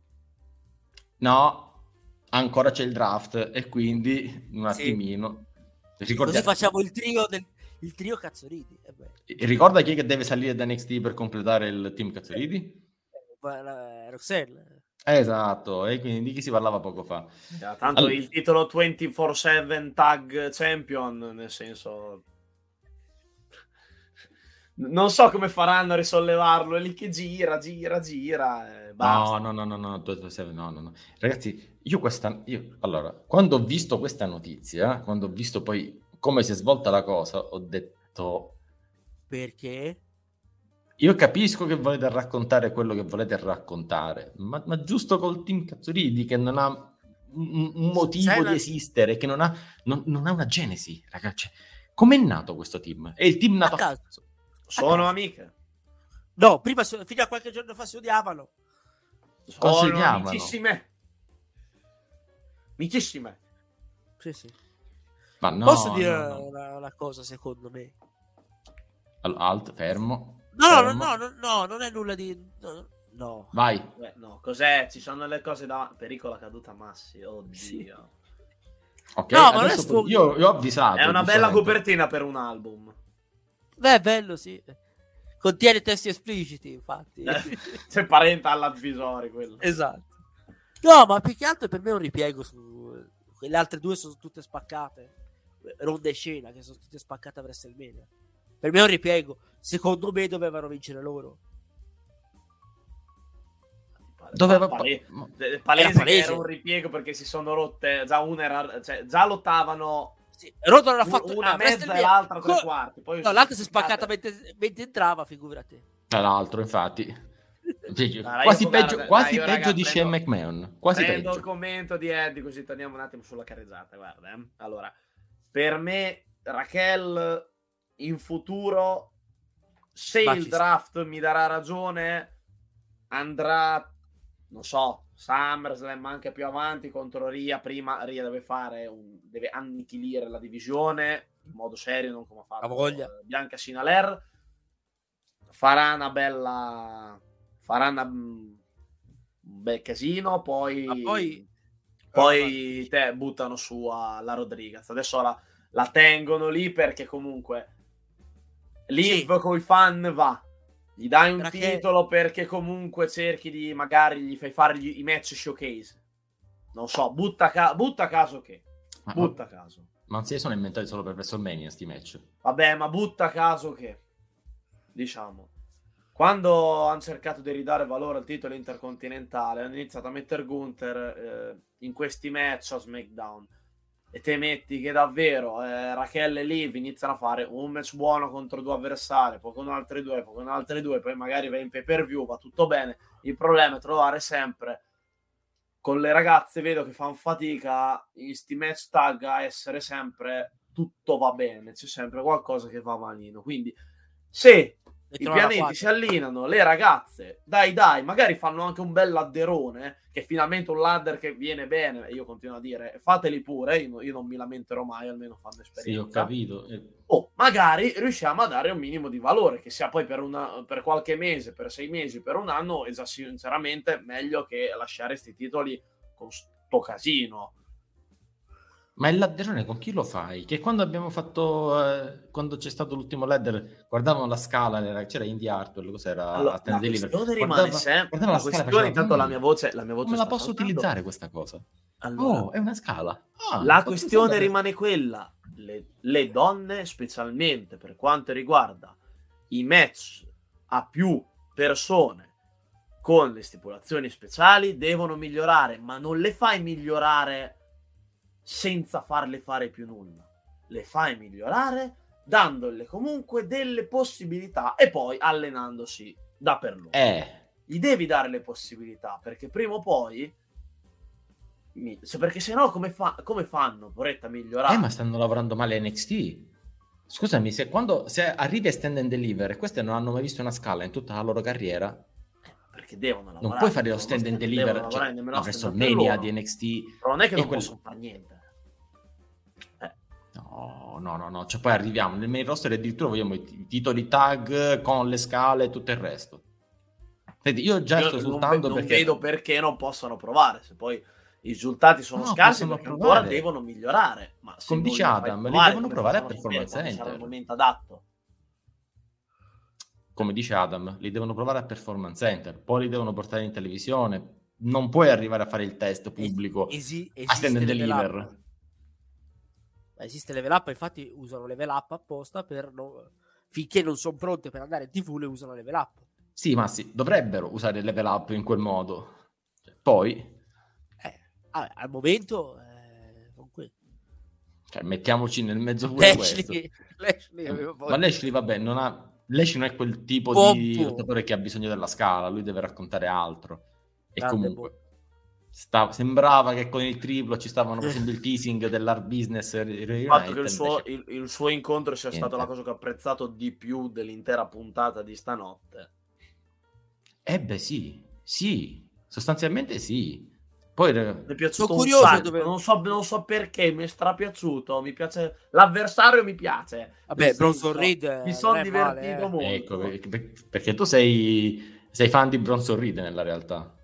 No, ancora c'è il draft e quindi un attimino. Così facciamo il trio Cazzoliti. Ricorda chi è che deve salire da NXT per completare il team Cazzoliti? Roxelle. Esatto, e quindi di chi si parlava poco fa. Tanto il titolo 24/7 Tag Champion, nel senso... Non so come faranno a risollevarlo, è lì che gira. Basta. No. Ragazzi, allora, quando ho visto questa notizia, quando ho visto poi come si è svolta la cosa, ho detto... Perché? Io capisco che volete raccontare quello che volete raccontare, ma giusto col team Cazzoliti che non ha un motivo di esistere, che non ha una genesi, ragazzi. Com'è nato questo team? È il team nato a caso. Sono amiche. No, prima fino a qualche giorno fa si odiavano. Sono amicissime. Amicissime. Sì. Ma no, posso dire una cosa, secondo me? Alt, fermo. No, non è nulla di... No. Vai. No, cos'è? Ci sono le cose da... Pericola caduta Massi, oddio. Sì. Ok, no, ma non io ho avvisato. È una bella copertina per un album. Beh, è bello, sì. Contiene testi espliciti, infatti. C'è parental advisory quello. Esatto. No, ma più che altro per me è un ripiego su... Quelle altre due sono tutte spaccate. Ronda e Scena, che sono tutte spaccate a WrestleMania. Per me è un ripiego. Secondo me dovevano vincere loro. Palese che era un ripiego perché si sono rotte. Già una era... Cioè, già lottavano... Sì, Rotor l'ha fatto una mezza e l'altra tre quarti. Poi no, l'altra si è spaccata mentre entrava, figurati. Tra l'altro, infatti. Quasi peggio di Shane McMahon. Quasi prendo peggio. Il commento di Eddie, così torniamo un attimo sulla carreggiata. Guarda, allora, per me Raquel in futuro, se il draft mi darà ragione, andrà, non so, SummerSlam anche più avanti contro Rhea. Prima Rhea deve annichilire la divisione in modo serio, non come ha fatto Bianca Sinaler. Farà un bel casino, poi te buttano su la Rodriguez. Adesso la tengono lì perché comunque Liv coi fan va. Gli dai un titolo perché comunque cerchi di... Magari gli fai fare i match showcase. Non so, butta caso che... Butta caso. Ma non si sono inventati solo per WrestleMania sti match. Vabbè, ma butta caso che... Diciamo... Quando hanno cercato di ridare valore al titolo intercontinentale, hanno iniziato a mettere Gunther in questi match a SmackDown. E te metti che davvero Raquel e Liv iniziano a fare un match buono contro due avversari, poi con altri due, poi magari va in pay-per-view, va tutto bene. Il problema è trovare sempre, con le ragazze vedo che fanno fatica in sti match tag a essere sempre tutto va bene, c'è sempre qualcosa che va malino. Quindi se i pianeti si allineano, le ragazze, dai, magari fanno anche un bel ladderone, che finalmente un ladder che viene bene, io continuo a dire, fateli pure, io non mi lamenterò mai, almeno fanno esperienza. Sì, ho capito. Magari riusciamo a dare un minimo di valore, che sia poi per qualche mese, per 6 mesi, per un anno, è già sinceramente meglio che lasciare sti titoli con sto casino. Ma il ladderone con chi lo fai? Che quando abbiamo fatto quando c'è stato l'ultimo ladder, guardavano la scala, c'era Indy Hartwell, cos'era? Allora, la questione rimane sempre la questione, intanto la mia voce come la posso utilizzare questa cosa? Allora, è una scala. La questione rimane quella. le donne, specialmente per quanto riguarda i match a più persone con le stipulazioni speciali, devono migliorare, ma non le fai migliorare senza farle fare più nulla. Le fai migliorare dandole comunque delle possibilità e poi allenandosi da per loro. Gli devi dare le possibilità, perché prima o poi perché sennò come fanno, poretta, a migliorare? Ma stanno lavorando male NXT. Scusami, se arrivi a Stand and Deliver, queste non hanno mai visto una scala in tutta la loro carriera, perché devono lavorare. Non puoi fare lo Stand and Deliver, cioè, la WrestleMania di NXT. Però non è che non possono fare niente. No, cioè poi arriviamo nel main roster e addirittura vogliamo i titoli tag con le scale e tutto il resto. Senti, io sto esultando non perché vedo perché non possano provare, se poi i risultati sono scarsi, perché ancora devono migliorare. Ma come dice Adam, li devono provare a Performance Center. Sarà il momento adatto. Come dice Adam, li devono provare a Performance Center, poi li devono portare in televisione. Non puoi arrivare a fare il test pubblico a Stand and Deliver. Esiste Level Up, infatti usano Level Up apposta finché non sono pronte per andare in TV, le usano Level Up. Sì, ma dovrebbero usare Level Up in quel modo. Poi al momento mettiamoci nel mezzo pure Lashley, ma Lashley, vabbè, Lashley non è quel tipo di lottatore che ha bisogno della scala, lui deve raccontare altro. E comunque sembrava che con il triplo ci stavano facendo il teasing dell'Hard Business. Il fatto che il suo incontro sia stato la cosa che ho apprezzato di più dell'intera puntata di stanotte. Sì, sostanzialmente sì. Poi mi è piaciuto un sacco. Non so perché mi è strapiaciuto. Mi piace l'avversario, mi piace. Vabbè, Bronson Reed mi sono divertito molto. Ecco, perché tu sei fan di Bronson Reed nella realtà.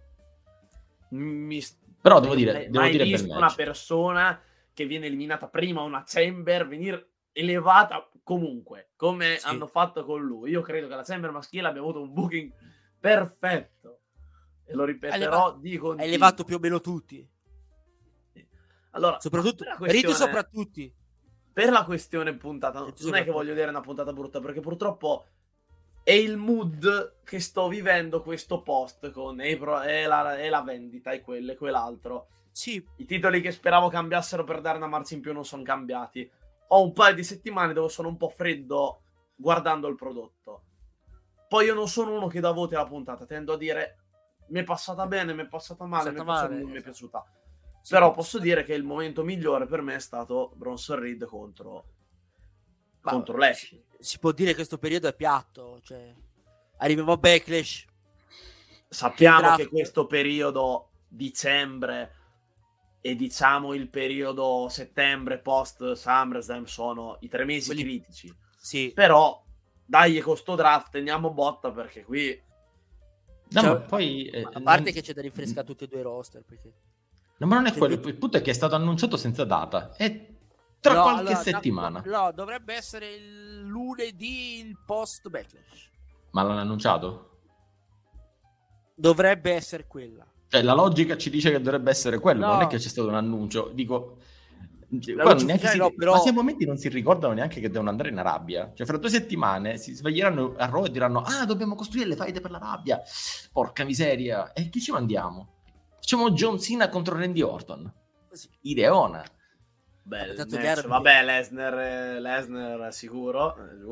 Però devo dire visto una persona che viene eliminata prima una Chamber venire elevata comunque, come hanno fatto con lui. Io credo che la Chamber maschile abbia avuto un booking perfetto. E lo ripeterò di continuo. Ha elevato più o meno tutti. Allora, soprattutto per la questione puntata, non è che voglio dire una puntata brutta, perché purtroppo è il mood che sto vivendo questo post con e la vendita e quello e quell'altro. Sì. I titoli che speravo cambiassero per dare una marcia in più non sono cambiati. Ho un paio di settimane dove sono un po' freddo guardando il prodotto. Poi io non sono uno che dà voti alla puntata, tendo a dire mi è passata bene, mi è passata male, mi è piaciuta. Però posso dire che il momento migliore per me è stato Bronson Reed contro Lashley. Si può dire che questo periodo è piatto, cioè arriviamo a Backlash. Sappiamo che questo periodo dicembre e diciamo il periodo settembre post SummerSlam sono i 3 mesi critici. Sì. Però dai, con sto draft teniamo botta, perché qui ma poi a parte che c'è da rinfrescare tutti e due i roster, perché ma non è quello, il punto è che è stato annunciato senza data e tra qualche settimana. No, dovrebbe essere il lunedì, il post Backlash. Ma l'hanno annunciato? Dovrebbe essere quella. Cioè la logica ci dice che dovrebbe essere quello, non è che c'è stato un annuncio. Dico, ma se a momenti non si ricordano neanche che devono andare in Arabia. Cioè fra 2 settimane si sveglieranno a Raw e diranno dobbiamo costruire le faide per l'Arabia. Porca miseria. E chi ci mandiamo? Facciamo John Cena contro Randy Orton. Ideona. Vabbè, Lesnar sicuro.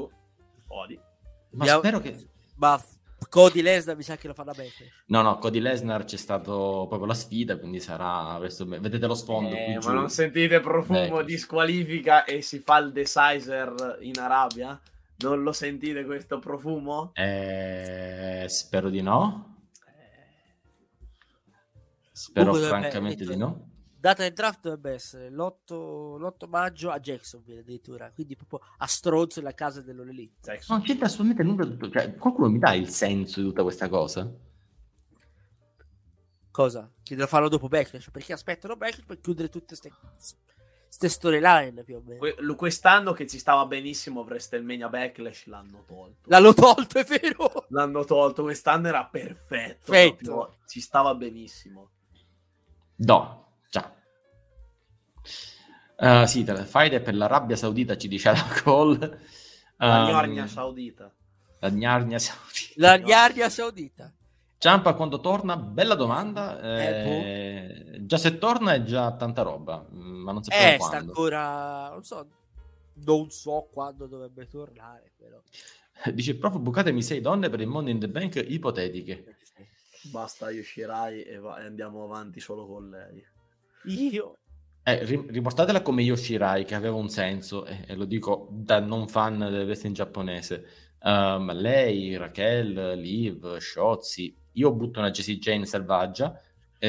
Ma spero che Cody Lesnar mi sa che lo farà bene. No, Cody Lesnar c'è stato proprio la sfida, quindi sarà vedete lo sfondo qui giù. Ma non sentite profumo di squalifica e si fa il decider in Arabia? Non lo sentite questo profumo? Spero di no. Spero francamente di no. Data del draft dovrebbe essere l'8 maggio a Jacksonville addirittura, quindi proprio a stronzo nella casa dell'Olelite. Non c'entra assolutamente nulla. Cioè, qualcuno mi dà il senso di tutta questa cosa? Cosa? Che devono farlo dopo Backlash? Perché aspettano Backlash per chiudere tutte queste storyline più o meno. Quest'anno che ci stava benissimo WrestleMania Backlash l'hanno tolto, è vero? L'hanno tolto, quest'anno era perfetto. Ci stava benissimo. No, già. Sì, faide per l'Arabia Saudita, ci dice la call. La Gnarnia Saudita. La Gnarnia Saudita. La Gnarnia Saudita. Ciampa quando torna? Bella domanda. Già se torna è già tanta roba, ma non sappiamo sta quando. Ancora, non so quando dovrebbe tornare, però. Dice il prof, bucatemi 6 donne per il Money in the Bank ipotetiche. Basta Yoshirai e andiamo avanti solo con lei. Io? Riportatela come Yoshirai, che aveva un senso, e lo dico da non fan del wrestling giapponese. Ma lei, Raquel, Liv, Shotzi, io butto una Jessie Jane selvaggia.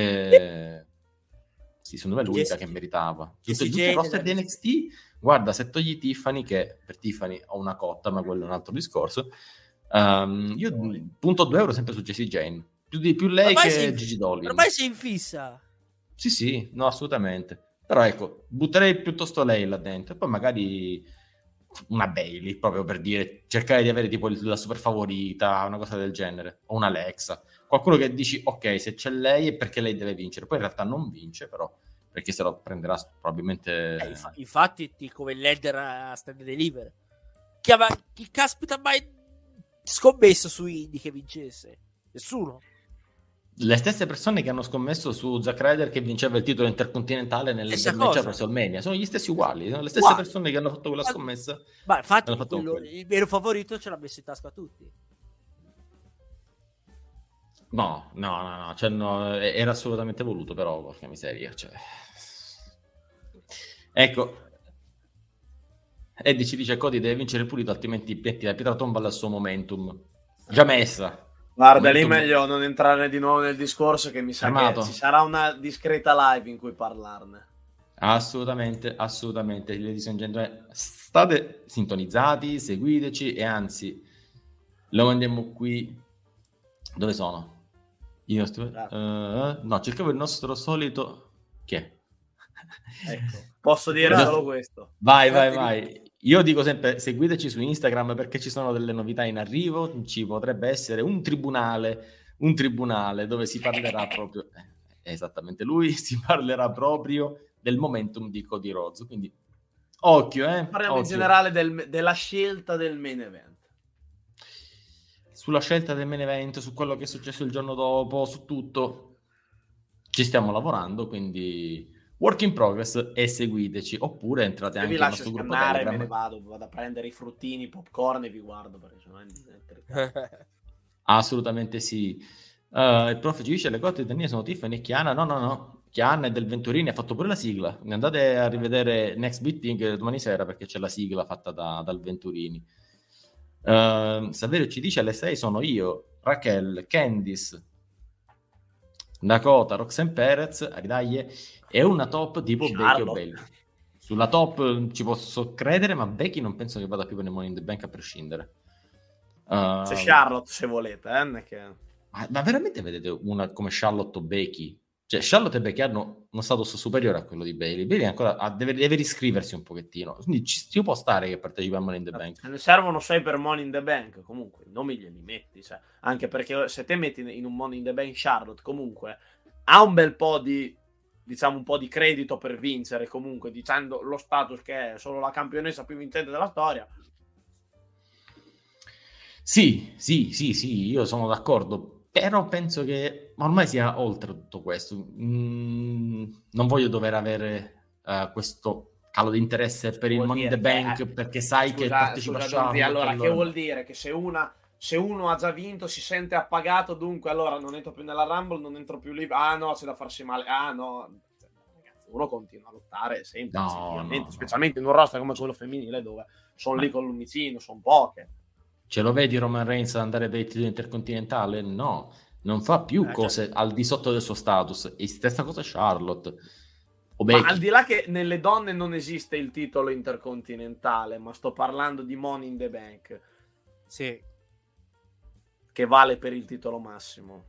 Sì, secondo me è l'unica che meritava. Tutto il roster di NXT, guarda, se togli Tiffany, che per Tiffany ho una cotta, ma quello è un altro discorso. Io punto 2 euro sempre su Jessie Jane. Più lei ormai che Gigi Dolin. Ormai sei in fissa. Sì, no, assolutamente. Però ecco, butterei piuttosto lei là dentro. E poi magari una Bailey, proprio per dire, cercare di avere tipo la super favorita, una cosa del genere. O una Alexa. Qualcuno che dici, ok, se c'è lei è perché lei deve vincere. Poi in realtà non vince, però, perché se lo prenderà probabilmente... infatti, come l'Elder a Stand Deliver. Chi caspita mai scommesso su Indy che vincesse? Nessuno. Le stesse persone che hanno scommesso su Zack Ryder che vinceva il titolo intercontinentale nel match a WrestleMania sono gli stessi uguali, sono le stesse persone che hanno fatto quella scommessa. Ma infatti il vero favorito ce l'ha messo in tasca a tutti. No, cioè, no, era assolutamente voluto, però porca miseria, cioè. Ecco, Eddie ci dice Cody deve vincere il pulito, altrimenti metti la pietra tomba al suo momentum già messa. Guarda, lì meglio non entrare di nuovo nel discorso, che mi sa che ci sarà una discreta live in cui parlarne. Assolutamente, ladies and gentlemen, state sintonizzati, seguiteci, e anzi lo mandiamo qui. Dove sono? No, cercavo il nostro solito... Chi è? Ecco, posso dire solo questo. Vai. Io dico sempre, seguiteci su Instagram perché ci sono delle novità in arrivo. Ci potrebbe essere un tribunale dove si parlerà proprio... esattamente, lui si parlerà proprio del momentum di Cody Rhodes. Quindi, occhio, Parliamo in generale della scelta del main event. Sulla scelta del main event, su quello che è successo il giorno dopo, su tutto ci stiamo lavorando, quindi work in progress, e seguiteci, oppure entrate anche nel nostro gruppo Telegram. Me ne vado a prendere i fruttini, i popcorn e vi guardo, perché sennò assolutamente sì. Il prof ci dice le cotte di Daniele sono Tiffany e Chiana. No, Chiana è del Venturini, ha fatto pure la sigla. Andate a rivedere Next Beating domani sera, perché c'è la sigla fatta dal Venturini. Saverio ci dice alle 6 sono io, Raquel, Candice, Dakota, Roxanne Perez, Aridaglie, e una top tipo Becky o Bailey. Sulla top ci posso credere, ma Becky non penso che vada più per il Money in the Bank a prescindere. C'è Charlotte, se volete, ma veramente vedete una come Charlotte o Becky? Cioè, Charlotte e Becky hanno uno status superiore a quello di Bailey. Bailey ancora deve riscriversi un pochettino. Quindi ci può stare che partecipa a Money in the Bank. Ne servono 6 per Money in the Bank. Comunque, i nomi glieli metti. Cioè. Anche perché se te metti in un Money in the Bank Charlotte, comunque, ha un bel po' di, diciamo, un po' di credito per vincere. Comunque, dicendo lo status che è solo la campionessa più vincente della storia. Sì, io sono d'accordo. Però penso che ormai sia oltre tutto questo. Non voglio dover avere questo calo di interesse per il Money in the Bank, perché sai che partecipa Charlotte. Allora, che vuol dire? Che se uno ha già vinto si sente appagato, dunque allora non entro più nella Rumble, non entro più lì. Ah no, c'è da farsi male. Ah no, ragazzi, uno continua a lottare sempre, specialmente in un roster come quello femminile, dove sono lì con l'umicino, sono poche. Ce lo vedi Roman Reigns andare per il titolo intercontinentale? No, non fa più cose al di sotto del suo status. E stessa cosa Charlotte. Ma al di là che nelle donne non esiste il titolo intercontinentale, ma sto parlando di Money in the Bank. Sì. Che vale per il titolo massimo.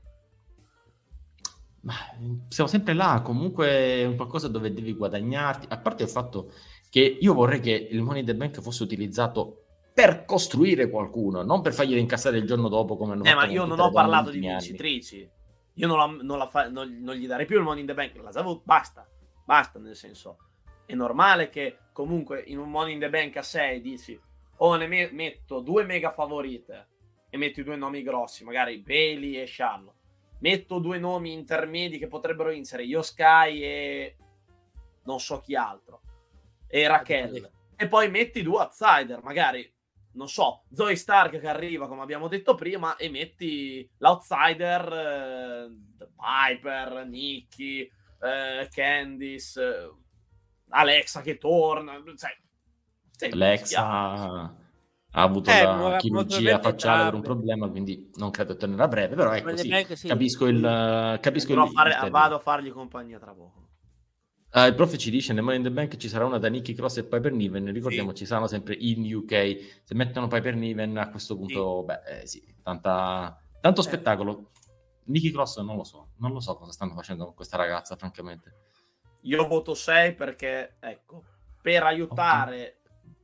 Ma siamo sempre là, comunque è un qualcosa dove devi guadagnarti. A parte il fatto che io vorrei che il Money in the Bank fosse utilizzato per costruire qualcuno, non per farglielo incassare il giorno dopo come hanno fatto. Ma io non ho parlato di vincitrici. Io non gli darei più il Money in the Bank. Basta, nel senso. è normale che comunque in un Money in the Bank a 6 dici ne metto 2 mega favorite e metti 2 nomi grossi, magari Bailey e Charlotte, metto 2 nomi intermedi che potrebbero vincere, Io Sky e non so chi altro, e Raquel, e poi metti 2 outsider, magari non so, Zoe Stark che arriva come abbiamo detto prima, e metti l'outsider Piper, Nikki, Candice, Alexa che torna, Alexa ha avuto la chirurgia facciale per un problema, quindi non credo tornerà a breve, però ecco, sì, capisco vado a fargli compagnia tra poco. Il prof ci dice nel Money in the Bank ci sarà una da Nikki Cross e Piper Niven, ricordiamoci, saranno sempre in UK, se mettono Piper Niven a questo punto tanto spettacolo. Nikki Cross non lo so cosa stanno facendo con questa ragazza, francamente. Io voto 6 perché ecco, per aiutare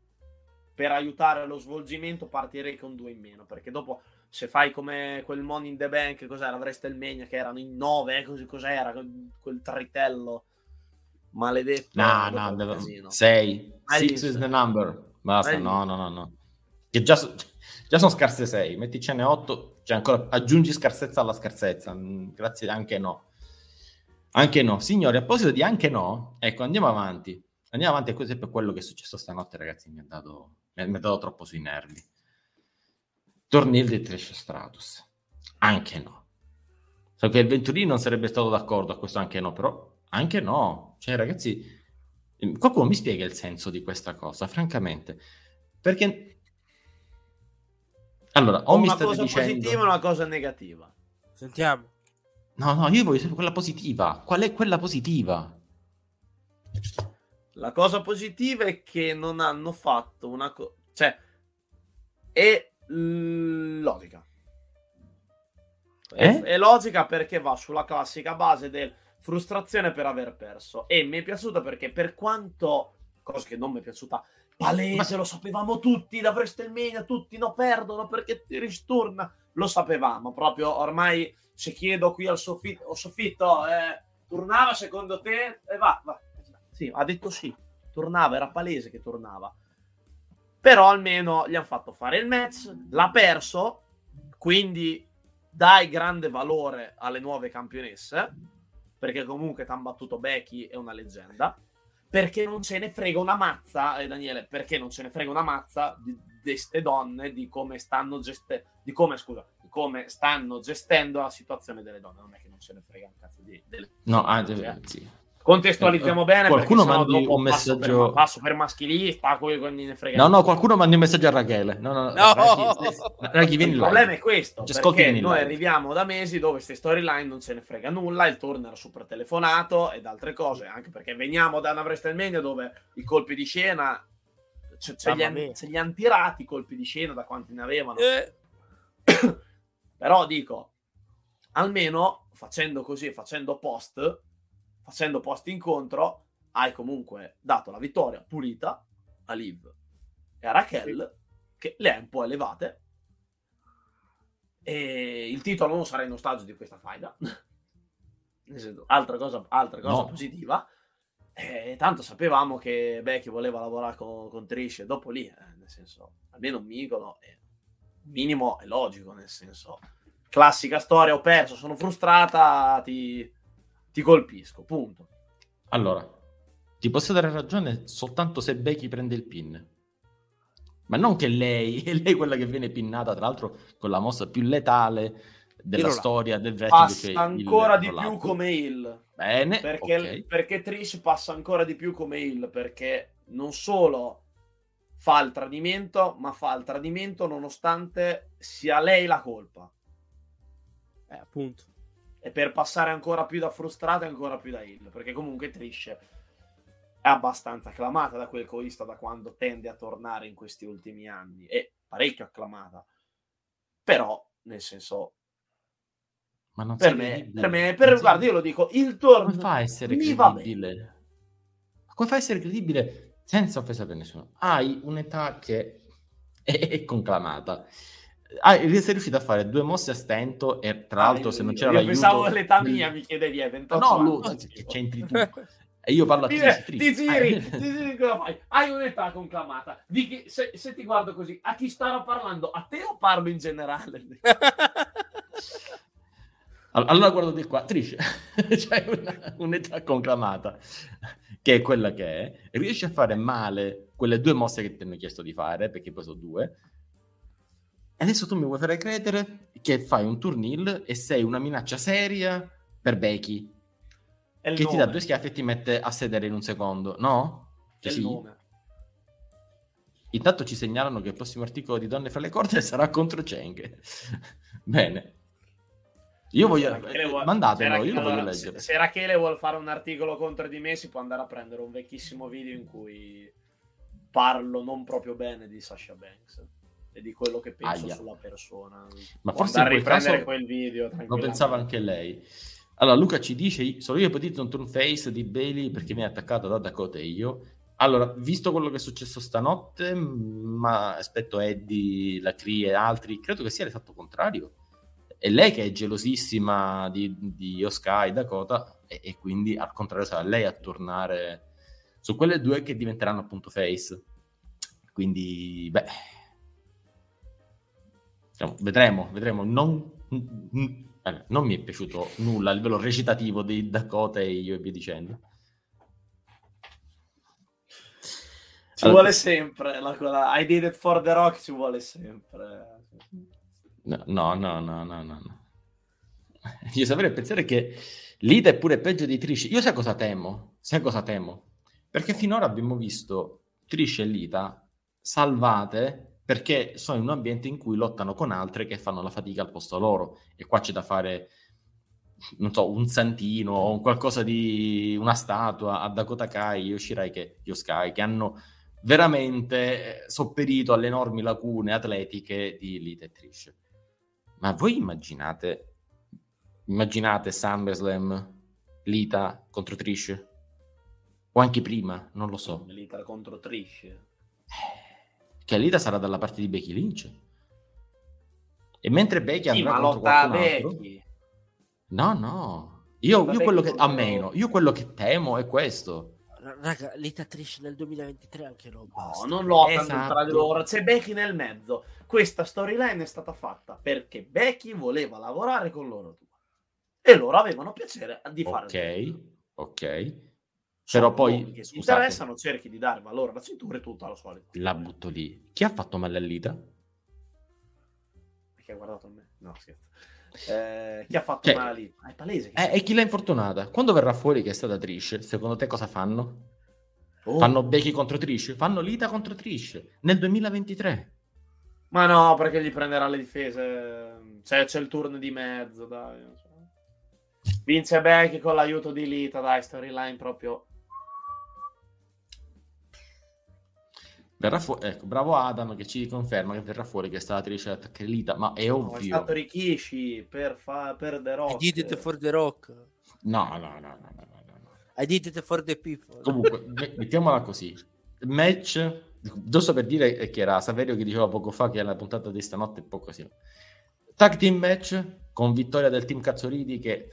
lo svolgimento partirei con 2 in meno, perché dopo se fai come quel Money in the Bank, cos'era, WrestleMania che erano in 9, cos'era quel tritello maledetto. No, 6 6 is the number, basta. No, che già sono scarse 6, metticene 8, cioè ancora aggiungi scarsezza alla scarsezza. Grazie, anche no, signori. A proposito di anche no, ecco, andiamo avanti, e questo è per quello che è successo stanotte, ragazzi. Mi ha dato troppo sui nervi. Torneo di Trish Stratus, anche no. So che il Venturini non sarebbe stato d'accordo a questo anche no, però anche no, cioè ragazzi, qualcuno mi spiega il senso di questa cosa, francamente, perché allora mi state dicendo una cosa positiva e una cosa negativa. Sentiamo. No, io voglio sapere quella positiva. Qual è quella positiva? La cosa positiva è che non hanno fatto una cosa, cioè è logica. È logica perché va sulla classica base del frustrazione per aver perso, e mi è piaciuta perché, per quanto, cosa che non mi è piaciuta, palese, lo sapevamo tutti da WrestleMania, tutti perdono perché ti ristorna, lo sapevamo proprio ormai. Se chiedo qui al soffitto tornava secondo te? Va. Sì, ha detto sì, tornava, era palese che tornava, però almeno gli hanno fatto fare il match, l'ha perso, quindi dai grande valore alle nuove campionesse, perché comunque ti hanno battuto Becky, è una leggenda, perché non ce ne frega una mazza, Daniele, perché non ce ne frega una mazza di queste donne, di come stanno gestendo la situazione delle donne. Non è che non ce ne frega un cazzo delle sì. Contestualizziamo bene, qualcuno mandi un messaggio, passo per maschilista, quindi ne frega. No, qualcuno mandi un messaggio a Rachele. No. Raghi, vieni. Il problema è questo, perché noi arriviamo da mesi dove queste storyline non ce ne frega nulla, il turno era super telefonato ed altre cose, anche perché veniamo da una WrestleMania dove i colpi di scena ce li hanno tirati i colpi di scena, da quanti ne avevano. Però dico, almeno facendo così, facendo post incontro, hai comunque dato la vittoria pulita a Liv e a Raquel, che le hai un po' elevate, e il titolo non sarà in ostaggio di questa faida. Altra cosa positiva, tanto sapevamo che Becky voleva lavorare con Trish, e dopo lì, nel senso, almeno un minimo è logico, nel senso, classica storia, ho perso, sono frustrata, ti colpisco, punto. Allora, ti posso dare ragione soltanto se Becky prende il pin, ma non che lei è quella che viene pinnata, tra l'altro con la mossa più letale della storia del wrestling. Passa ancora di più come heel. Bene, perché Trish passa ancora di più come heel, perché non solo fa il tradimento, ma fa il tradimento nonostante sia lei la colpa. Appunto. E per passare ancora più da frustrata e ancora più da heel, perché comunque Trish è abbastanza acclamata da quel che ho visto, da quando tende a tornare in questi ultimi anni, è parecchio acclamata, però nel senso, ma non per me, guarda, io lo dico, il torno come fa a essere credibile? Come fa a essere credibile senza offesa per nessuno? Hai un'età che è conclamata, sei riuscito a fare 2 mosse a stento, e tra l'altro se non c'era l'aiuto, pensavo l'età mia, mi chiedevi 28 no, che c'entri tu. E io parlo a Trish. Ti giri, cosa fai? Hai un'età conclamata. Se ti guardo così, a chi starò parlando? A te o parlo in generale? Allora guardo di qua, Trish, c'hai un'età conclamata, che è quella che è, riesci a fare male quelle 2 mosse che ti hanno chiesto di fare, perché poi sono 2, e adesso tu mi vuoi fare credere che fai un turnil e sei una minaccia seria per Becky, che ti dà 2 schiaffi e ti mette a sedere in un secondo, no? È il nome. Intanto ci segnalano che il prossimo articolo di Donne fra le corde sarà contro Cheng. Bene. Io voglio... Mandatelo, io lo voglio leggere. Se Rachele vuole fare un articolo contro di me, si può andare a prendere un vecchissimo video in cui parlo non proprio bene di Sasha Banks e di quello che penso sulla persona. Ma forse in quel caso quel video, lo pensava anche lei. Allora Luca ci dice: solo io ipotizzo un turn face di Bayley perché mi ha attaccato da Dakota e io. Allora, visto quello che è successo stanotte, ma aspetto Eddie, la Cree e altri, credo che sia l'esatto contrario. È lei che è gelosissima di Io Sky, Dakota, e quindi al contrario sarà lei a tornare su quelle 2 che diventeranno appunto face. Quindi, beh, diciamo, vedremo. Non mi è piaciuto nulla a livello recitativo di Dakota e io e via dicendo. Ci vuole sempre I did it for the Rock, ci vuole sempre. No. Io saprei pensare che Lita è pure peggio di Trish. Io sai cosa temo? Perché finora abbiamo visto Trish e Lita salvate perché sono in un ambiente in cui lottano con altre che fanno la fatica al posto loro, e qua c'è da fare, non so, un santino o qualcosa di una statua a Dakota Kai, Io Sky, che hanno veramente sopperito alle enormi lacune atletiche di Lita e Trish. Ma voi immaginate SummerSlam Lita contro Trish? O anche prima, non lo so. Lita contro Trish. Che Lita sarà dalla parte di Becky Lynch. E mentre Becky andrà contro qualcun altro... No. Io quello che... Almeno, io quello che temo è questo. Raga, Lita Trish nel 2023 anche no. No, non lottano tra di loro, c'è Becky nel mezzo. Questa storyline è stata fatta perché Becky voleva lavorare con loro 2 e loro avevano piacere di fare. Ok. Però poi che si interessano, cerchi di dare valore alla cintura e tutto alla solita. La butto lì. Chi ha fatto male a Lita? Perché ha guardato a me? No, scherzo. Chi ha fatto male lì? È palese. E chi l'ha infortunata? Quando verrà fuori che è stata Trish, secondo te cosa fanno? Fanno Becky contro Trish? Fanno Lita contro Trish nel 2023? Ma no, perché gli prenderà le difese. C'è il turno di mezzo, dai. Vince Becky con l'aiuto di Lita, dai, storyline proprio. Verrà fuori, ecco, bravo Adam che ci conferma che verrà fuori che è stata Trish ad attaccare Lita, ma è ovvio. È stato Rikishi per The Rock. I did it for The Rock. No. I did it for the people. Comunque, mettiamola così. Match, giusto per dire che era Saverio che diceva poco fa che la puntata di stanotte è un po' così. Tag team match con vittoria del team Cazzoridi che...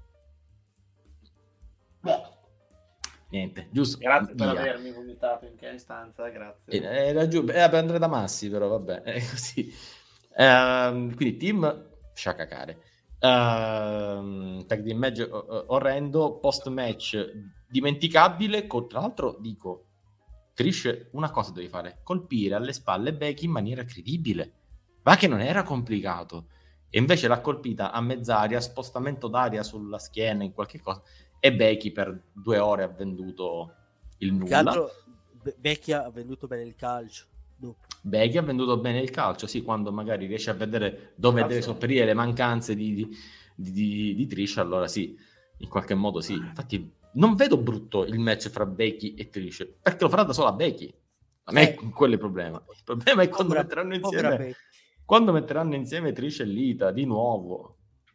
Niente, giusto. Grazie per avermi vomitato in che istanza, grazie. Era giù, per Andrea Damassi, però vabbè, è così. Quindi team sciacacare. Tag team match orrendo, post match dimenticabile. Tra l'altro dico, Trish una cosa devi fare: colpire alle spalle Becky in maniera credibile, ma che non era complicato, e invece l'ha colpita a mezz'aria, spostamento d'aria sulla schiena in qualche cosa, e Becky per 2 ore ha venduto il nulla. Becky ha venduto bene il calcio dopo. Becky ha venduto bene il calcio, sì, quando magari riesce a vedere dove deve sopperire le mancanze di Trish, allora sì, in qualche modo sì. Infatti non vedo brutto il match fra Becky e Trish, perché lo farà da sola Becky. Non è quello il problema. Il problema è quando metteranno insieme Trish e Lita di nuovo.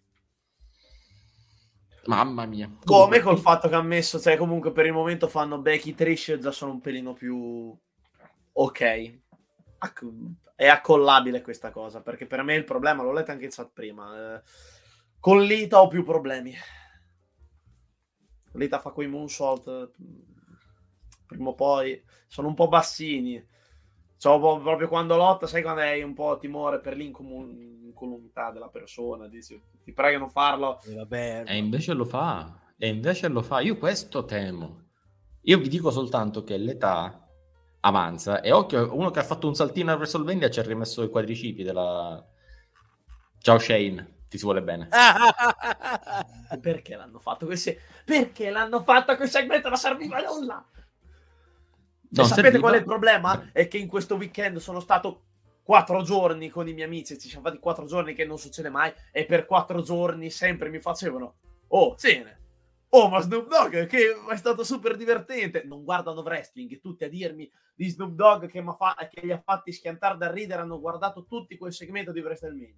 Mamma mia. Come col fatto che ha messo, cioè comunque per il momento fanno Becky Trish, già sono un pelino più ok. È accollabile questa cosa, perché per me il problema, l'ho letto anche in chat prima, con Lita ho più problemi. Lita fa quei moonsault prima o poi sono un po' bassini, cioè, proprio quando lotta, sai, quando hai un po' timore per l'incolumità della persona, dici, ti prego non farlo. Vabbè, E invece lo fa. Io questo temo. Io vi dico soltanto che l'età avanza e occhio, uno che ha fatto un saltino a WrestleMania ci ha rimesso i quadricipi della... Ciao Shane, ti si vuole bene. Perché l'hanno fatto così? Perché l'hanno fatto quel segmento? Non serviva a nulla. Non sapete serviva. qual è il problema? È che in questo weekend sono stato 4 giorni con i miei amici, ci siamo fatti 4 giorni che non succede mai, e per 4 giorni sempre mi facevano cene. Ma Snoop Dogg che è stato super divertente. Non guardano wrestling, tutti a dirmi di Snoop Dogg che li ha fatti schiantare da ridere, hanno guardato tutti quel segmento di WrestleMania.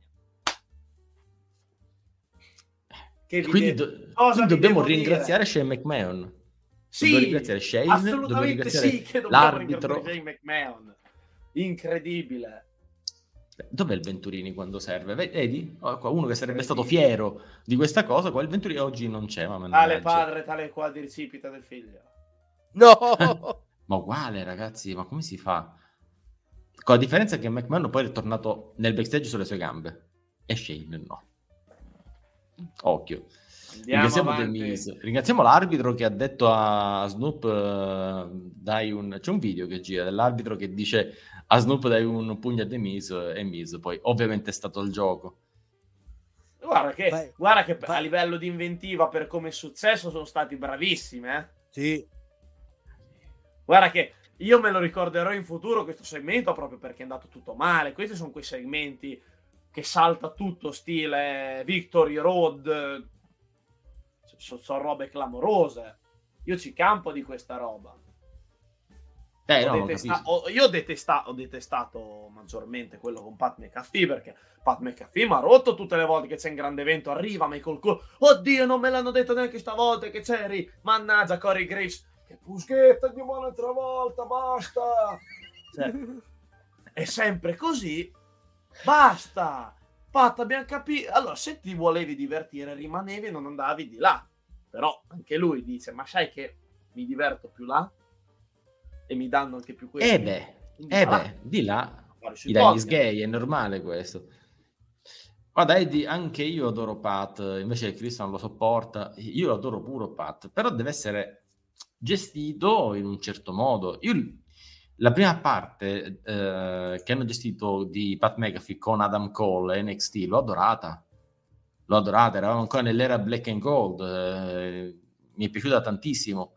Quindi dobbiamo ringraziare Shane McMahon. Sì, dobbiamo ringraziare Shane, assolutamente sì, che dobbiamo ringraziare Shane McMahon. Incredibile. Dov'è il Venturini quando serve? Vedi? Uno che sarebbe stato fiero di questa cosa, qua il Venturini oggi non c'è. Ma tale padre, tale quadricipite del figlio. No! Ma uguale, ragazzi, ma come si fa? Con la differenza che McMahon poi è tornato nel backstage sulle sue gambe e Shane no. Occhio. Ringraziamo l'arbitro che ha detto a Snoop c'è un video che gira dell'arbitro che dice a Snoop dai un pugno a The Miz, e Miz poi ovviamente è stato il gioco. Guarda che a livello di inventiva, per come è successo, sono stati bravissimi, Sì. Guarda che io me lo ricorderò in futuro questo segmento, proprio perché è andato tutto male. Questi sono quei segmenti che salta tutto, stile Victory Road. Sono robe clamorose. Io ci campo di questa roba. Io ho detestato maggiormente quello con Pat McAfee, perché Pat McAfee mi ha rotto tutte le volte che c'è un grande evento, arriva Michael Cole, oddio non me l'hanno detto neanche stavolta che c'eri, mannaggia Corey Graves, che puschetta di un'altra volta, basta, cioè, è sempre così, basta. Pat, abbiamo capito. Allora, se ti volevi divertire, rimanevi e non andavi di là. Però anche lui dice, ma sai che mi diverto più là? E mi danno anche più questo. Di là i dai gay, è normale questo. Guarda, Eddie, anche io adoro Pat, invece Cristian lo sopporta. Io adoro puro Pat, però deve essere gestito in un certo modo. La prima parte che hanno gestito di Pat McAfee con Adam Cole e NXT l'ho adorata, eravamo ancora nell'era Black and Gold, mi è piaciuta tantissimo.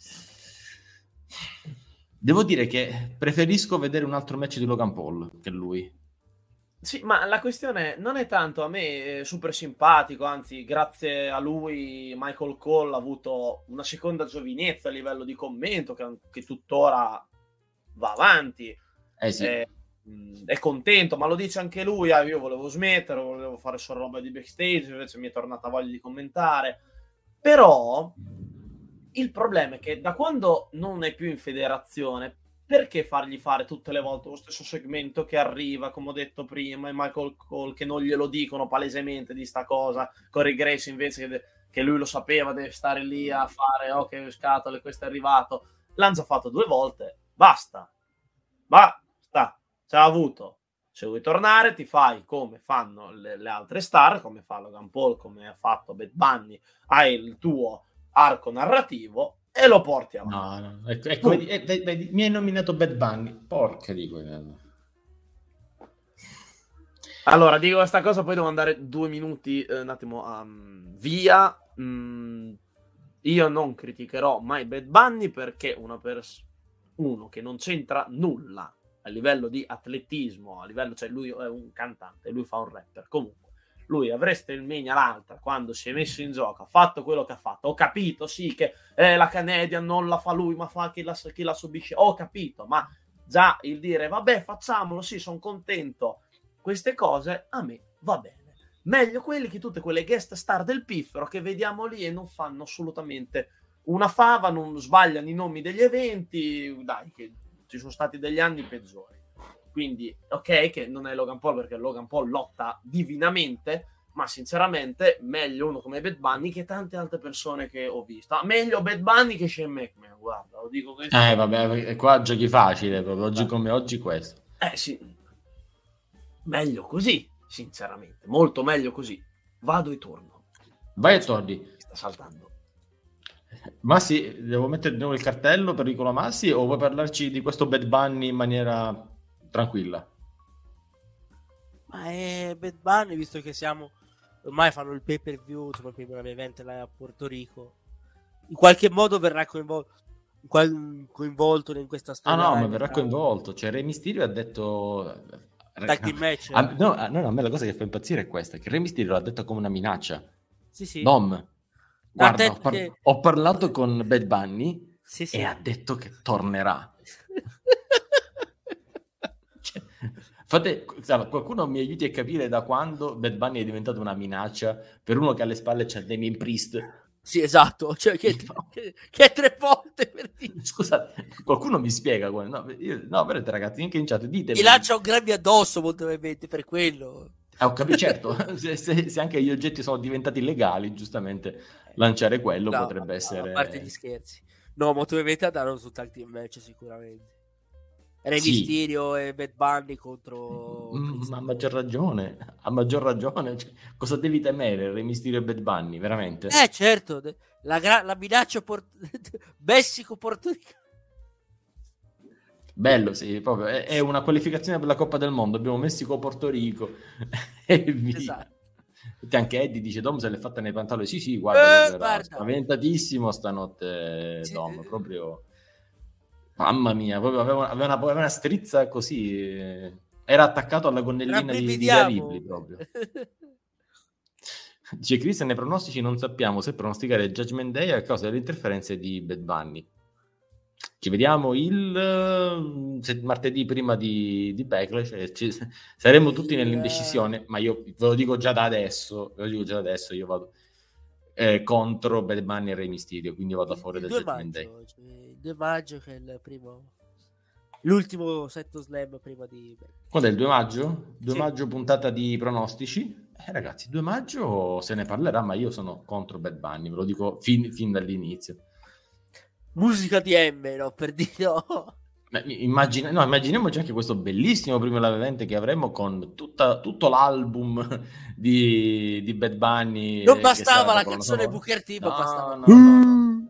Devo dire che preferisco vedere un altro match di Logan Paul che lui. Sì, ma la questione non è tanto, a me è super simpatico, anzi grazie a lui Michael Cole ha avuto una seconda giovinezza a livello di commento che tuttora va avanti, sì. È contento, ma lo dice anche lui, io volevo smettere, volevo fare solo roba di backstage, invece mi è tornata voglia di commentare. Però il problema è che da quando non è più in federazione, perché fargli fare tutte le volte lo stesso segmento che arriva, come ho detto prima, e Michael Cole che non glielo dicono palesemente di sta cosa, Corey Grace invece che lui lo sapeva, deve stare lì a fare ok scatole, questo è arrivato, l'hanno già fatto 2 volte, basta, c'ha avuto. Se vuoi tornare ti fai come fanno le altre star, come fa Logan Paul, come ha fatto Bad Bunny, hai il tuo arco narrativo e lo porti avanti. No. Mi hai nominato Bad Bunny, porca di quella. Allora dico questa cosa, poi devo andare 2 minuti un attimo via. Io non criticherò mai Bad Bunny perché uno che non c'entra nulla a livello di atletismo, cioè lui è un cantante, lui fa un rapper, comunque lui a WrestleMania l'altra, quando si è messo in gioco, ha fatto quello che ha fatto, ho capito sì che la Canadian non la fa lui, ma fa chi la subisce, ho capito, ma già il dire vabbè facciamolo, sì sono contento, queste cose a me va bene, meglio quelli che tutte quelle guest star del piffero che vediamo lì e non fanno assolutamente una fava, non sbagliano i nomi degli eventi, dai che ci sono stati degli anni peggiori. Quindi ok che non è Logan Paul, perché Logan Paul lotta divinamente, ma sinceramente meglio uno come Bad Bunny che tante altre persone che ho visto. Meglio Bad Bunny che Shane McMahon, guarda, lo dico questo. Vabbè, qua giochi facile proprio, oggi come oggi questo. Sì. Meglio così, sinceramente, molto meglio così. Vado e torno. Vai e torni. Mi sta saltando. Massi, devo mettere di nuovo il cartello per Nicola Massi o vuoi parlarci di questo Bad Bunny in maniera tranquilla? Ma è Bad Bunny, visto che siamo ormai fanno il pay per view, insomma, il primo evento là a Porto Rico, in qualche modo verrà coinvolto in questa storia. No, ma verrà coinvolto. Cioè, Re Mysterio ha detto tag team match. No, a me la cosa che fa impazzire è questa, che Re Mysterio l'ha detto come una minaccia. Sì. Dom, guarda, ho parlato con Bad Bunny sì. E ha detto che tornerà. Qualcuno mi aiuti a capire da quando Bad Bunny è diventato una minaccia per uno che alle spalle c'ha Damien Priest. Sì, esatto, cioè che è 3 volte per dire. Scusate, qualcuno mi spiega? No, vedete ragazzi, anche in chat ditemi. E lancia un grammi addosso molto probabilmente per quello. Ho capito, certo, se anche gli oggetti sono diventati illegali, giustamente lanciare quello potrebbe essere... A parte gli scherzi. No, molto probabilmente andarono su tag team match sicuramente. Re Mysterio e Bad Bunny contro... Ma a maggior ragione. Cioè, cosa devi temere, Re Mysterio e Bad Bunny, veramente? Certo, la minaccia Messico-Porto Rico. Bello, sì, proprio. È una qualificazione per la Coppa del Mondo. Abbiamo Messico-Porto Rico e via. Esatto. Anche Eddie dice, Dom se l'è fatta nei pantaloni. Sì, guarda. Spaventatissimo stanotte, sì. Dom, proprio... Mamma mia, proprio aveva una strizza così, era attaccato alla gonnellina di Galibli proprio. Dice Cristian, nei pronostici non sappiamo se pronosticare Judgment Day a causa delle interferenze di Bad Bunny. Ci vediamo il martedì prima di Backlash e saremo tutti nell'indecisione, ma io ve lo dico già da adesso, io vado contro Bad Bunny e Re Mysterio, quindi vado a favore del Judgment Day. Il 2 maggio che è l'ultimo setto slam prima di... Quando è il 2 maggio? 2 maggio puntata di pronostici? Ragazzi, 2 maggio se ne parlerà, ma io sono contro Bad Bunny, ve lo dico fin dall'inizio. Musica di M, no? Per dire no. Immaginiamoci anche questo bellissimo primo live event che avremo con tutto l'album di Bad Bunny. Non bastava la canzone Booker T, ma bastava. No.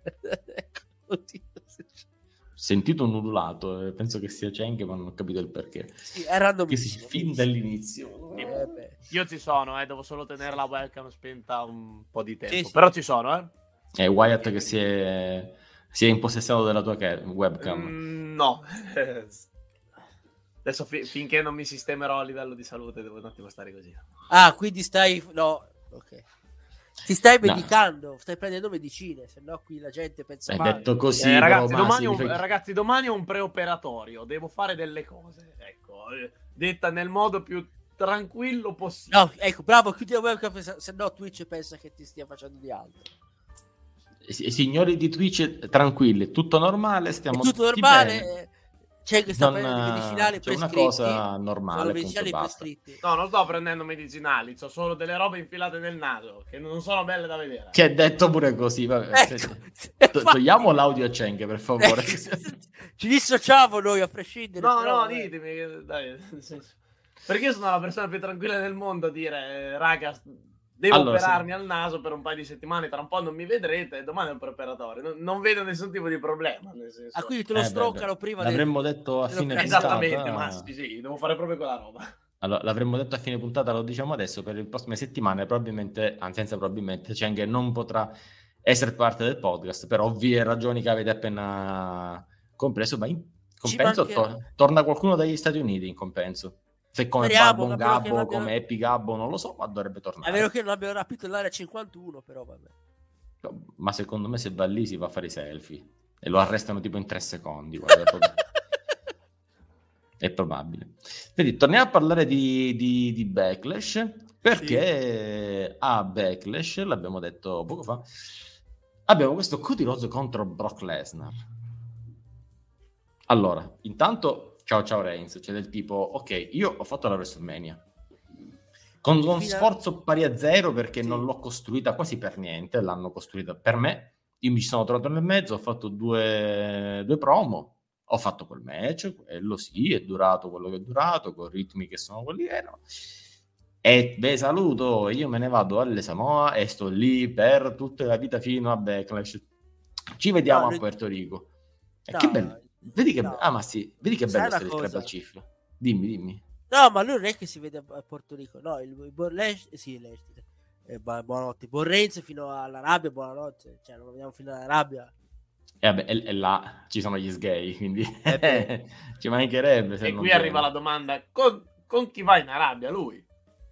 Sentito un ululato, penso che sia Cenk, ma non ho capito il perché. Sì, è randomissimo. Fin dall'inizio. Io ci sono, devo solo tenere la webcam spenta un po' di tempo, sì. Però ci sono, È Wyatt che si è impossessato della tua webcam. No. Adesso finché non mi sistemerò a livello di salute devo un attimo stare così. Quindi stai... No, ok. Ti stai medicando, stai prendendo medicine, se no qui la gente pensa male. Detto così, ragazzi, domani ho un preoperatorio, devo fare delle cose, ecco, detta nel modo più tranquillo possibile. No, ecco, bravo, chiudi la webcam, se no Twitch pensa che ti stia facendo di altro. Signori di Twitch, tranquilli, tutto normale, stiamo tutto normale. Bene. C'è che sta prendendo i medicinali prescritti. Una cosa normale. Medicinali prescritti. No, non sto prendendo medicinali, ho solo delle robe infilate nel naso che non sono belle da vedere. Che è detto pure così. Vabbè. Togliamo l'audio a Cenk, per favore. Ci dissociamo noi a prescindere. No, ditemi. Dai, perché io sono la persona più tranquilla del mondo a dire, raga, devo operarmi al naso per un paio di settimane, tra un po' non mi vedrete e domani è un preoperatorio. Non vedo nessun tipo di problema. Nel senso. Quindi te lo stroccano prima. L'avremmo detto a fine puntata. Esattamente, ma sì, devo fare proprio quella roba. Allora, l'avremmo detto a fine puntata, lo diciamo adesso, per le prossime settimane probabilmente, anzi senza probabilmente, Cenk non potrà essere parte del podcast per ovvie ragioni che avete appena compreso, ma in compenso torna qualcuno dagli Stati Uniti in compenso. Se come Barbon Gabbo, come Epi Gabbo, non lo so, ma dovrebbe tornare. È vero che non abbiamo rapito l'area 51, però vabbè. Ma secondo me se va lì si va a fare i selfie e lo arrestano tipo in 3 secondi. Guarda, è probabile. Quindi torniamo a parlare di Backlash, perché a Backlash, l'abbiamo detto poco fa, abbiamo questo Cody Rhodes contro Brock Lesnar. Allora, intanto... Ciao Reigns, c'è del tipo, ok, io ho fatto la WrestleMania, con uno sforzo pari a zero, perché non l'ho costruita quasi per niente, l'hanno costruita per me. Io mi ci sono trovato nel mezzo, ho fatto due promo, ho fatto quel match, quello sì, è durato quello che è durato, con ritmi che sono quelli che erano. E beh, saluto, io me ne vado alle Samoa e sto lì per tutta la vita fino a Backlash. Ci vediamo a Puerto Rico. Che bello. Vedi che ma sì, vedi che bello stare il Tribal Chief. Dimmi. No, ma lui non è che si vede a Porto Rico, no, buonanotte, Borrenzo fino all'Arabia, buonanotte, cioè non lo vediamo fino all'Arabia. E vabbè, e là ci sono gli sgay, quindi ci mancherebbe. Se e non qui arriva la domanda, con chi va in Arabia lui?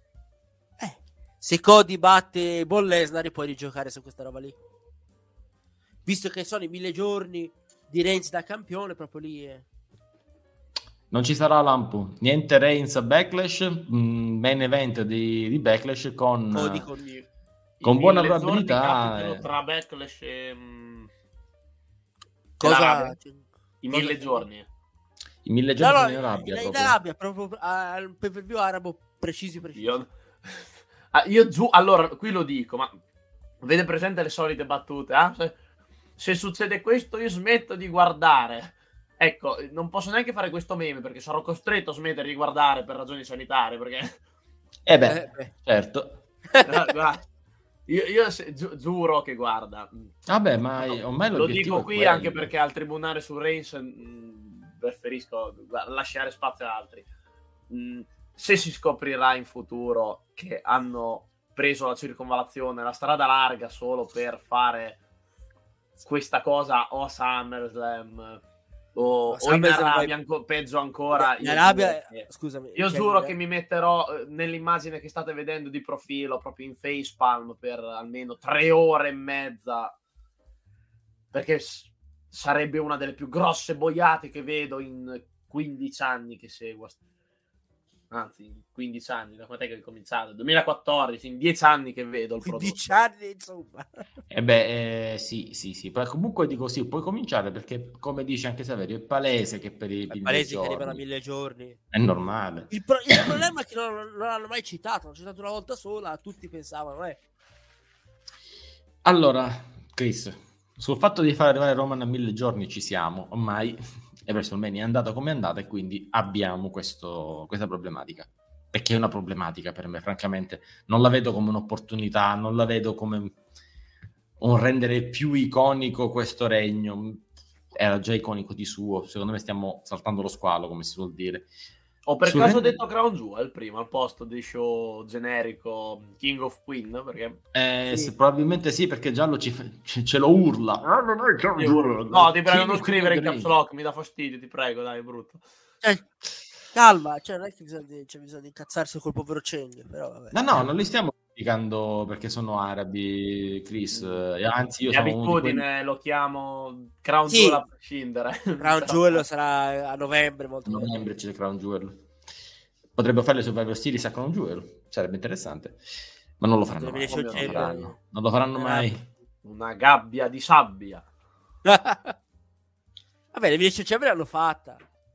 Se Cody batte Brock Lesnar puoi rigiocare su questa roba lì, visto che sono i 1000 giorni di Reigns da campione, proprio lì non ci sarà lampo, niente Reigns a Backlash, main event di Backlash con buona probabilità tra Backlash e cosa? I 1000 giorni. I 1000 giorni in Arabia, in Arabia proprio al pay-per-view arabo preciso. Io giù, allora qui lo dico, ma vede presente le solite battute, se succede questo io smetto di guardare. Ecco, non posso neanche fare questo meme perché sarò costretto a smettere di guardare per ragioni sanitarie, perché certo. Io giuro che guarda. Vabbè, ma ormai lo dico qui anche perché al tribunale su Reigns preferisco lasciare spazio ad altri. Se si scoprirà in futuro che hanno preso la circonvallazione, la strada larga solo per fare questa cosa o a SummerSlam o in Arabia, peggio ancora, in Arabia, scusami, io giuro che mi metterò nell'immagine che state vedendo di profilo proprio in facepalm per almeno 3 ore e mezza, perché sarebbe una delle più grosse boiate che vedo in 15 anni che seguo. Anzi, 15 anni, da quant'è che è cominciato? 2014, in 10 anni che vedo il 15 anni, insomma. Sì. Poi comunque dico sì, puoi cominciare perché, come dice anche Saverio, è palese che per i 1000 giorni. Che arrivano a 1000 giorni. È normale. Il problema è che non l'hanno mai citato, l'hanno citato una volta sola, tutti pensavano, Allora, Chris, sul fatto di far arrivare Roman a 1000 giorni ci siamo, ormai... e WrestleMania è andata come è andata e quindi abbiamo questa problematica, perché è una problematica per me, francamente non la vedo come un'opportunità, non la vedo come un rendere più iconico questo regno. Era già iconico di suo, secondo me stiamo saltando lo squalo, come si suol dire. Ho per caso detto Crown Jewel prima al posto di show generico King of Queen, perché sì. Probabilmente sì, perché Giallo ce lo urla. Non è Crown Jewel. No, ti prego non scrivere in caps lock, mi dà fastidio, ti prego, dai, è brutto. Calma, non è che c'è bisogno di incazzarsi col povero Cheng, però vabbè. No, non li stiamo criticando perché sono arabi, Chris. Anzi, io sono abitudine, lo chiamo Crown Jewel a prescindere. Crown Jewel sarà a novembre, molto novembre c'è il Crown Jewel. Potrebbe fare le Survivor Series a Crown Jewel, sarebbe interessante, ma non lo faranno mai. Non lo faranno mai. Una gabbia di sabbia. Vabbè, le 10 dicembre l'hanno fatta.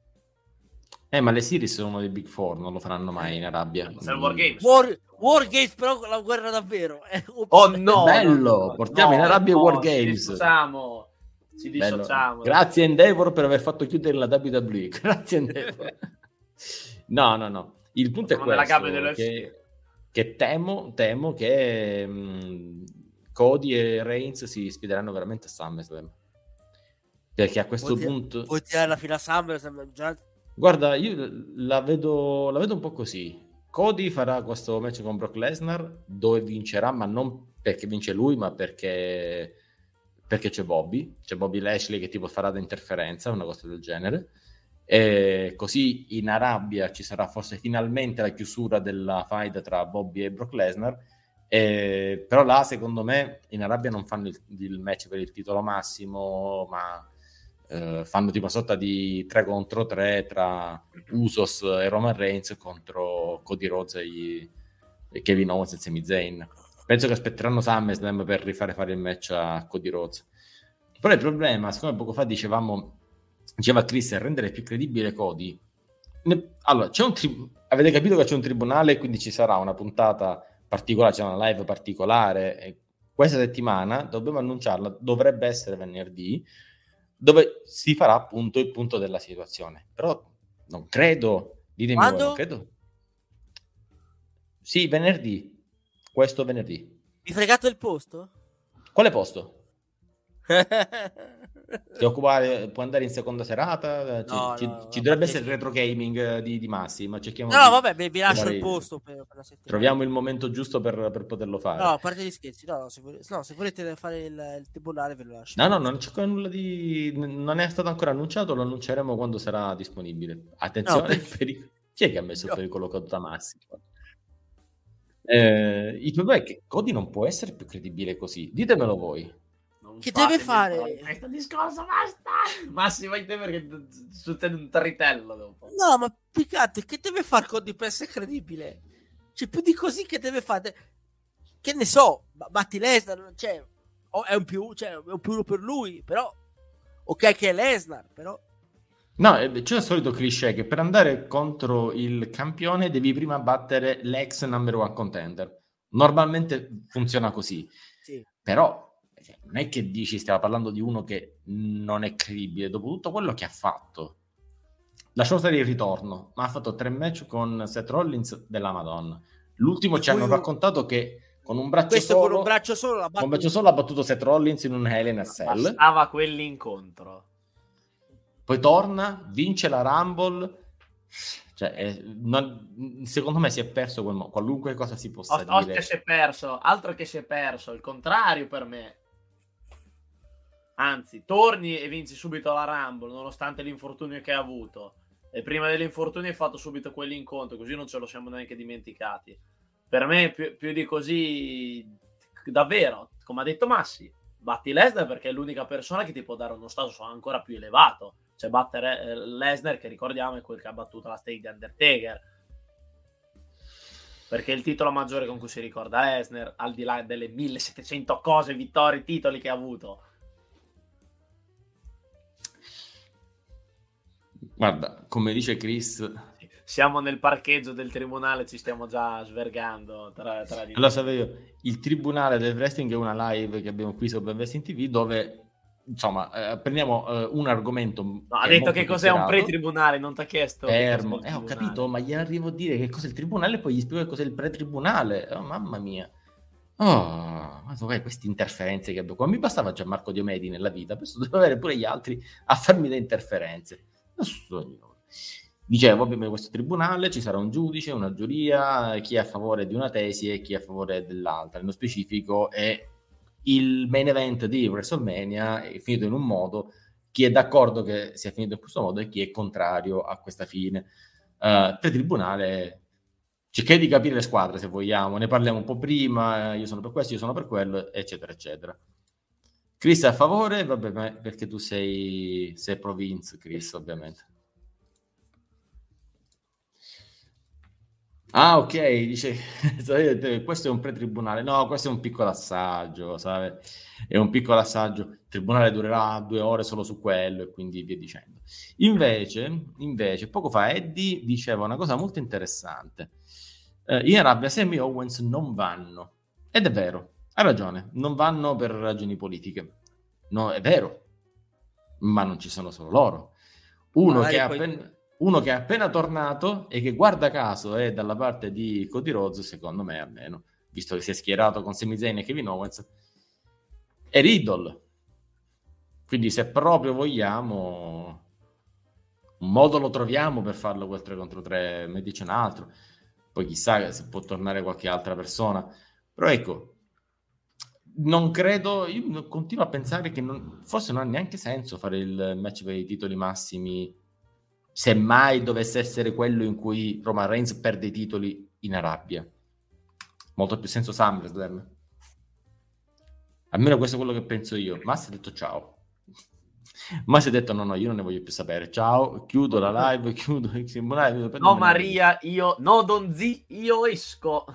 Ma le series sono dei Big Four, non lo faranno mai in Arabia. C'è il War Games. War Games, però con la guerra davvero. Oh no! Bello! Portiamo in Arabia War Games. Ci dissociamo. Grazie Endeavor per aver fatto chiudere la WWE. Grazie Endeavor. No. Il punto è questo, che temo che Cody e Reigns si sfideranno veramente a SummerSlam. Perché a questo punto... Puoi tirarla fino a SummerSlam già... Guarda, io la vedo un po' così. Cody farà questo match con Brock Lesnar dove vincerà, ma non perché vince lui, ma perché c'è Bobby Lashley che tipo farà da interferenza, una cosa del genere. E così in Arabia ci sarà forse finalmente la chiusura della fight tra Bobby e Brock Lesnar. Però là secondo me in Arabia non fanno il match per il titolo massimo, ma fanno tipo una sorta di 3 contro 3 tra Usos e Roman Reigns contro Cody Rhodes e Kevin Owens e Sami Zayn. Penso che aspetteranno SummerSlam per rifare fare il match a Cody Rhodes. Però il problema, siccome poco fa diceva Chris, rendere più credibile Cody, Allora, avete capito che c'è un tribunale, quindi ci sarà una puntata particolare, c'è una live particolare. Questa settimana dobbiamo annunciarla, dovrebbe essere venerdì, dove si farà appunto il punto della situazione. Però non credo, ditemi voi, Quando? non credo. Sì, venerdì, questo venerdì. Mi fregato il posto? Quale posto? Si occupa, può andare in seconda serata? Ci dovrebbe essere il retro gaming di Massi, ma cerchiamo No, vabbè, vi lascio il trovare- posto per la settimana. Troviamo il momento giusto per poterlo fare. No, a parte gli scherzi, no, se volete fare il tribunale ve lo lascio. No, non c'è ancora nulla non è stato ancora annunciato, lo annunceremo quando sarà disponibile. Attenzione, chi è che ha messo il pericolo contro Massi? Il problema è che Cody non può essere più credibile così. Ditemelo voi. Che deve fare? Questo discorso basta. Massimo in te perché succede un tritello dopo. No, ma piccato, che deve fare Cody per essere credibile? Cioè, più di così che deve fare? Che ne so, batti Lesnar, cioè, è un più uno per lui, però ok che è Lesnar, però No, c'è il solito cliché che per andare contro il campione devi prima battere l'ex number one contender. Normalmente funziona così. sì. Però non è che dici stiamo parlando di uno che non è credibile dopo tutto quello che ha fatto. Lasciamo stare il ritorno, ma ha fatto 3 match con Seth Rollins della Madonna. L'ultimo ci hanno raccontato che con un braccio con un braccio solo ha battuto Seth Rollins in un Hell in a Cell. Bastava quell'incontro. Poi torna, vince la Rumble. Cioè, secondo me si è perso qualunque cosa si possa dire. Si è perso, altro che si è perso, il contrario per me. Anzi, torni e vinci subito la Rumble, nonostante l'infortunio che ha avuto. E prima dell'infortunio hai fatto subito quell'incontro, così non ce lo siamo neanche dimenticati. Per me, più di così, davvero, come ha detto Massi, batti Lesnar perché è l'unica persona che ti può dare uno status ancora più elevato. Cioè battere Lesnar, che ricordiamo è quel che ha battuto la stake di Undertaker, perché è il titolo maggiore con cui si ricorda Lesnar, al di là delle 1700 cose, vittorie, titoli che ha avuto. Guarda, come dice Chris, siamo nel parcheggio del tribunale, ci stiamo già svergando tra di allora sapevo io, il tribunale del wrestling è una live che abbiamo qui su Ben Wrestling TV dove insomma prendiamo un argomento. No, ha detto che cos'è un pre-tribunale, non ti ha chiesto. Fermo, ho capito, ma gli arrivo a dire che cos'è il tribunale e poi gli spiego che cos'è il pre-tribunale. Oh, mamma mia. Ma queste interferenze che abbiamo qua. Mi bastava Gianmarco Diomedi nella vita, adesso devo avere pure gli altri a farmi le interferenze. Dicevo, ovviamente questo tribunale ci sarà un giudice, una giuria, chi è a favore di una tesi e chi è a favore dell'altra. Nello specifico è il main event di WrestleMania è finito in un modo, chi è d'accordo che sia finito in questo modo e chi è contrario a questa fine. Per tribunale cerchiamo di capire le squadre, se vogliamo, ne parliamo un po' prima, io sono per questo, io sono per quello, eccetera, eccetera. Chris è a favore? Vabbè, perché tu sei pro Vince, Chris, ovviamente. Ah, ok, dice, questo è un pre-tribunale. No, questo è un piccolo assaggio, sai? È un piccolo assaggio. Il tribunale durerà 2 ore solo su quello e quindi via dicendo. Invece, poco fa Eddie diceva una cosa molto interessante. In Arabia Sami Owens non vanno. Ed è vero, ha ragione, non vanno per ragioni politiche. No, è vero, ma non ci sono solo loro. Uno che è appena tornato e che guarda caso è dalla parte di Cody Rhodes, secondo me almeno, visto che si è schierato con Sami Zayn e Kevin Owens, è Riddle. Quindi se proprio vogliamo un modo lo troviamo per farlo quel 3 contro 3, mi dice un altro, poi chissà se può tornare qualche altra persona, però ecco, non credo, io continuo a pensare che forse non ha neanche senso fare il match per i titoli massimi se mai dovesse essere quello in cui Roman Reigns perde i titoli in Arabia. Molto più senso SummerSlam. Almeno questo è quello che penso io. Massi ha detto ciao. Massi ha detto no, io non ne voglio più sapere. Ciao, chiudo la live, chiudo il tribunale. No Maria, no Donzi, io esco.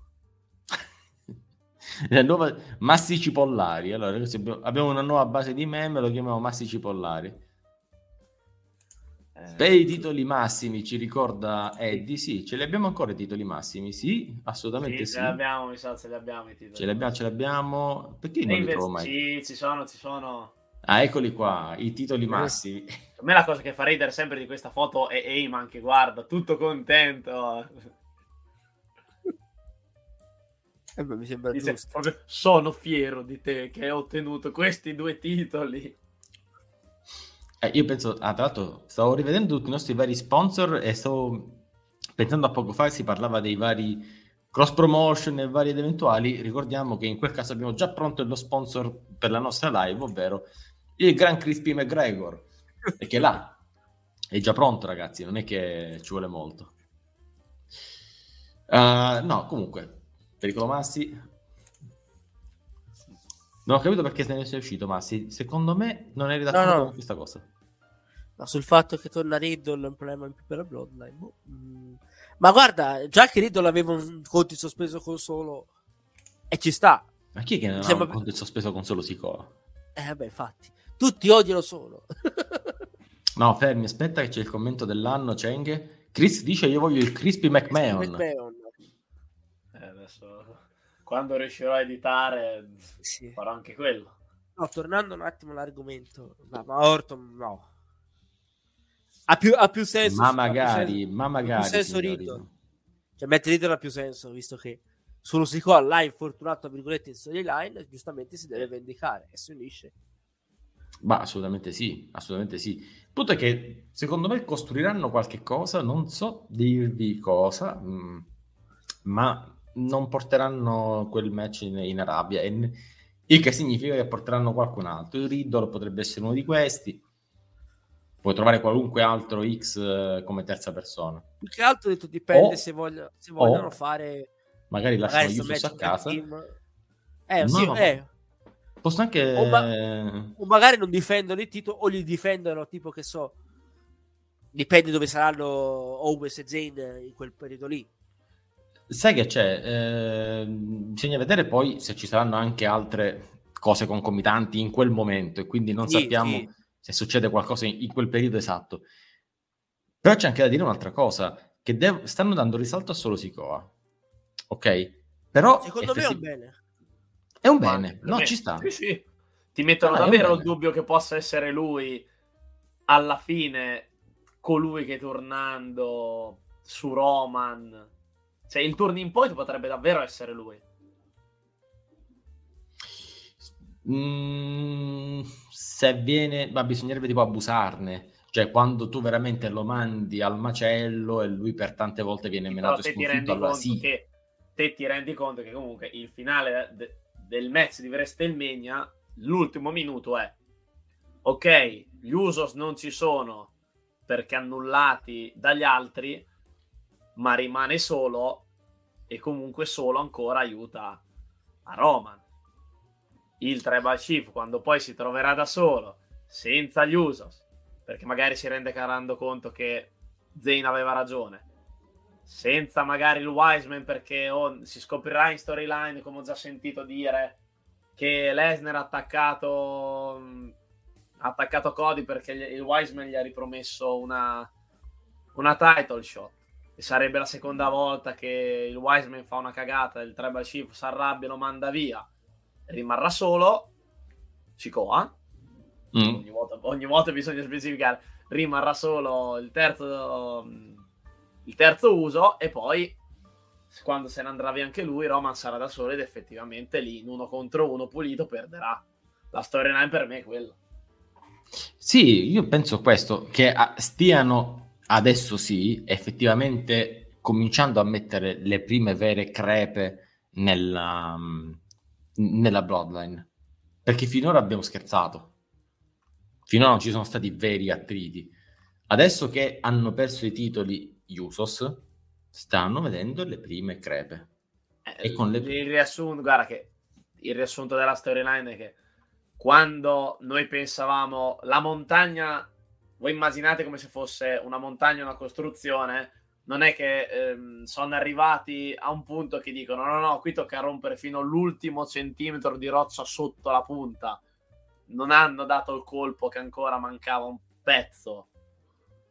La nuova Massi Cipollari. Allora, abbiamo una nuova base di meme, lo chiamiamo Massi Cipollari. Per i titoli massimi ci ricorda Eddie, sì, ce li abbiamo ancora i titoli massimi? Sì, assolutamente sì. Ce li abbiamo, mi sa, ce li abbiamo i titoli. Ce li abbiamo. Perché non li trovo mai? Sì, ci sono. Ah, eccoli qua, i titoli massimi. A me la cosa che fa ridere sempre di questa foto è Heyman che guarda, tutto contento. Mi sembra Dice, giusto. proprio, sono fiero di te che hai ottenuto questi 2 titoli. Io penso, tra l'altro, stavo rivedendo tutti i nostri vari sponsor e stavo pensando a poco fa si parlava dei vari cross promotion e vari ed eventuali. Ricordiamo che in quel caso abbiamo già pronto lo sponsor per la nostra live, ovvero il Gran Crispy McGregor, e che là è già pronto, ragazzi, non è che ci vuole molto. No, comunque, Pericolo Massi, non ho capito perché se ne sei uscito, Massi. Secondo me non eri d'accordo con questa cosa. No, sul fatto che torna Riddle è un problema in più per la Bloodline. Ma guarda, già che Riddle aveva un conto in sospeso con Solo, e ci sta. Ma chi è che non ha un conto in sospeso con Solo Sikoa? Vabbè, infatti. Tutti odiano Solo. No, fermi, aspetta che c'è il commento dell'anno, Cheng. Chris dice io voglio il Crispy McMahon. Adesso, quando riuscirò a editare, farò anche quello. No, tornando un attimo all'argomento, ma Orton no. Ha più senso. Ma magari. Ha più senso Riddle. Cioè, mettere Riddle ha più senso, visto che Solo Sikoa l'ha infortunato, tra virgolette, in storyline, giustamente si deve vendicare e si unisce. Ma assolutamente sì, assolutamente sì. Il punto è che secondo me costruiranno qualche cosa, non so dirvi cosa, ma non porteranno quel match in Arabia, il che significa che porteranno qualcun altro. Il Riddle potrebbe essere uno di questi, puoi trovare qualunque altro X come terza persona. Più che altro detto, dipende se vogliono fare, magari lasciano Usos a casa. Posso anche o magari non difendono il titolo o li difendono, tipo che so, dipende dove saranno Owens e Zayn in quel periodo lì. Sai che c'è? Bisogna vedere poi se ci saranno anche altre cose concomitanti in quel momento e quindi non sappiamo se succede qualcosa in quel periodo esatto. Però c'è anche da dire un'altra cosa, che stanno dando risalto a Solo Sikoa, ok? Però secondo me è un bene. È un bene, no, ci sta. Sì. Ti mettono davvero il dubbio che possa essere lui alla fine colui che tornando su Roman, cioè il turning point potrebbe davvero essere lui. Se viene, ma bisognerebbe tipo abusarne, cioè quando tu veramente lo mandi al macello e lui per tante volte viene menato e sconfitto, allora sì. Te ti rendi conto che comunque il finale del match di WrestleMania, l'ultimo minuto è ok, gli Usos non ci sono perché annullati dagli altri, ma rimane Solo e comunque Solo ancora aiuta a Roman. Il Tribal Chief quando poi si troverà da solo senza gli Usos, perché magari si rende conto che Zayn aveva ragione, senza magari il Wiseman perché si scoprirà in storyline, come ho già sentito dire, che Lesnar ha attaccato Cody perché il Wiseman gli ha ripromesso una title shot e sarebbe la seconda volta che il Wiseman fa una cagata, il Tribal Chief si arrabbia e lo manda via, rimarrà solo Sikoa. Ogni volta bisogna specificare, rimarrà solo il terzo uso e poi quando se ne andrà via anche lui Roman sarà da solo ed effettivamente lì in 1 contro 1 pulito perderà. La storyline per me è quella. Sì, io penso questo, che stiano adesso sì effettivamente cominciando a mettere le prime vere crepe nella Bloodline, perché finora abbiamo scherzato, finora non ci sono stati veri attriti. Adesso che hanno perso i titoli Usos stanno vedendo le prime crepe e con il riassunto, guarda che il riassunto della storyline è che quando noi pensavamo la montagna, voi immaginate come se fosse una montagna, una costruzione, non è che sono arrivati a un punto che dicono no, qui tocca rompere fino all'ultimo centimetro di roccia sotto la punta. Non hanno dato il colpo che ancora mancava un pezzo.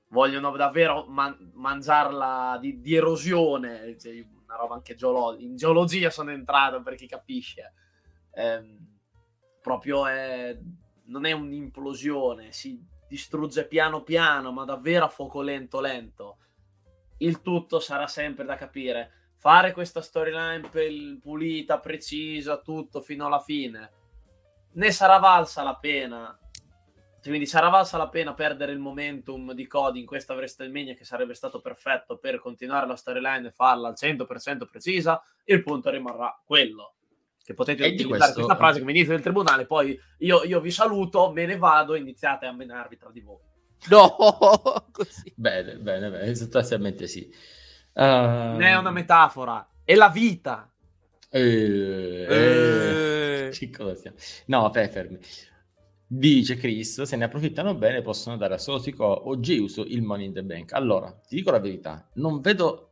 vogliono davvero mangiarla di erosione, cioè, una roba anche in geologia sono entrato, per chi capisce. Proprio non è un'implosione, si distrugge piano piano, ma davvero a fuoco lento. Il tutto sarà sempre da capire. Fare questa storyline pulita, precisa, tutto fino alla fine, ne sarà valsa la pena. Quindi sarà valsa la pena perdere il momentum di Cody in questa WrestleMania, che sarebbe stato perfetto per continuare la storyline e farla al 100% precisa. Il punto rimarrà quello, che potete utilizzare questa frase come inizio del tribunale. Poi io vi saluto, me ne vado, iniziate a menarvi tra di voi. No, così. Bene, sostanzialmente sì. Non è una metafora, è la vita. Che cosa stiamo? No, fermi. Dice Chris, se ne approfittano bene possono dare a Solo Sikoa o Jey Uso il Money in the Bank. Allora, ti dico la verità, non vedo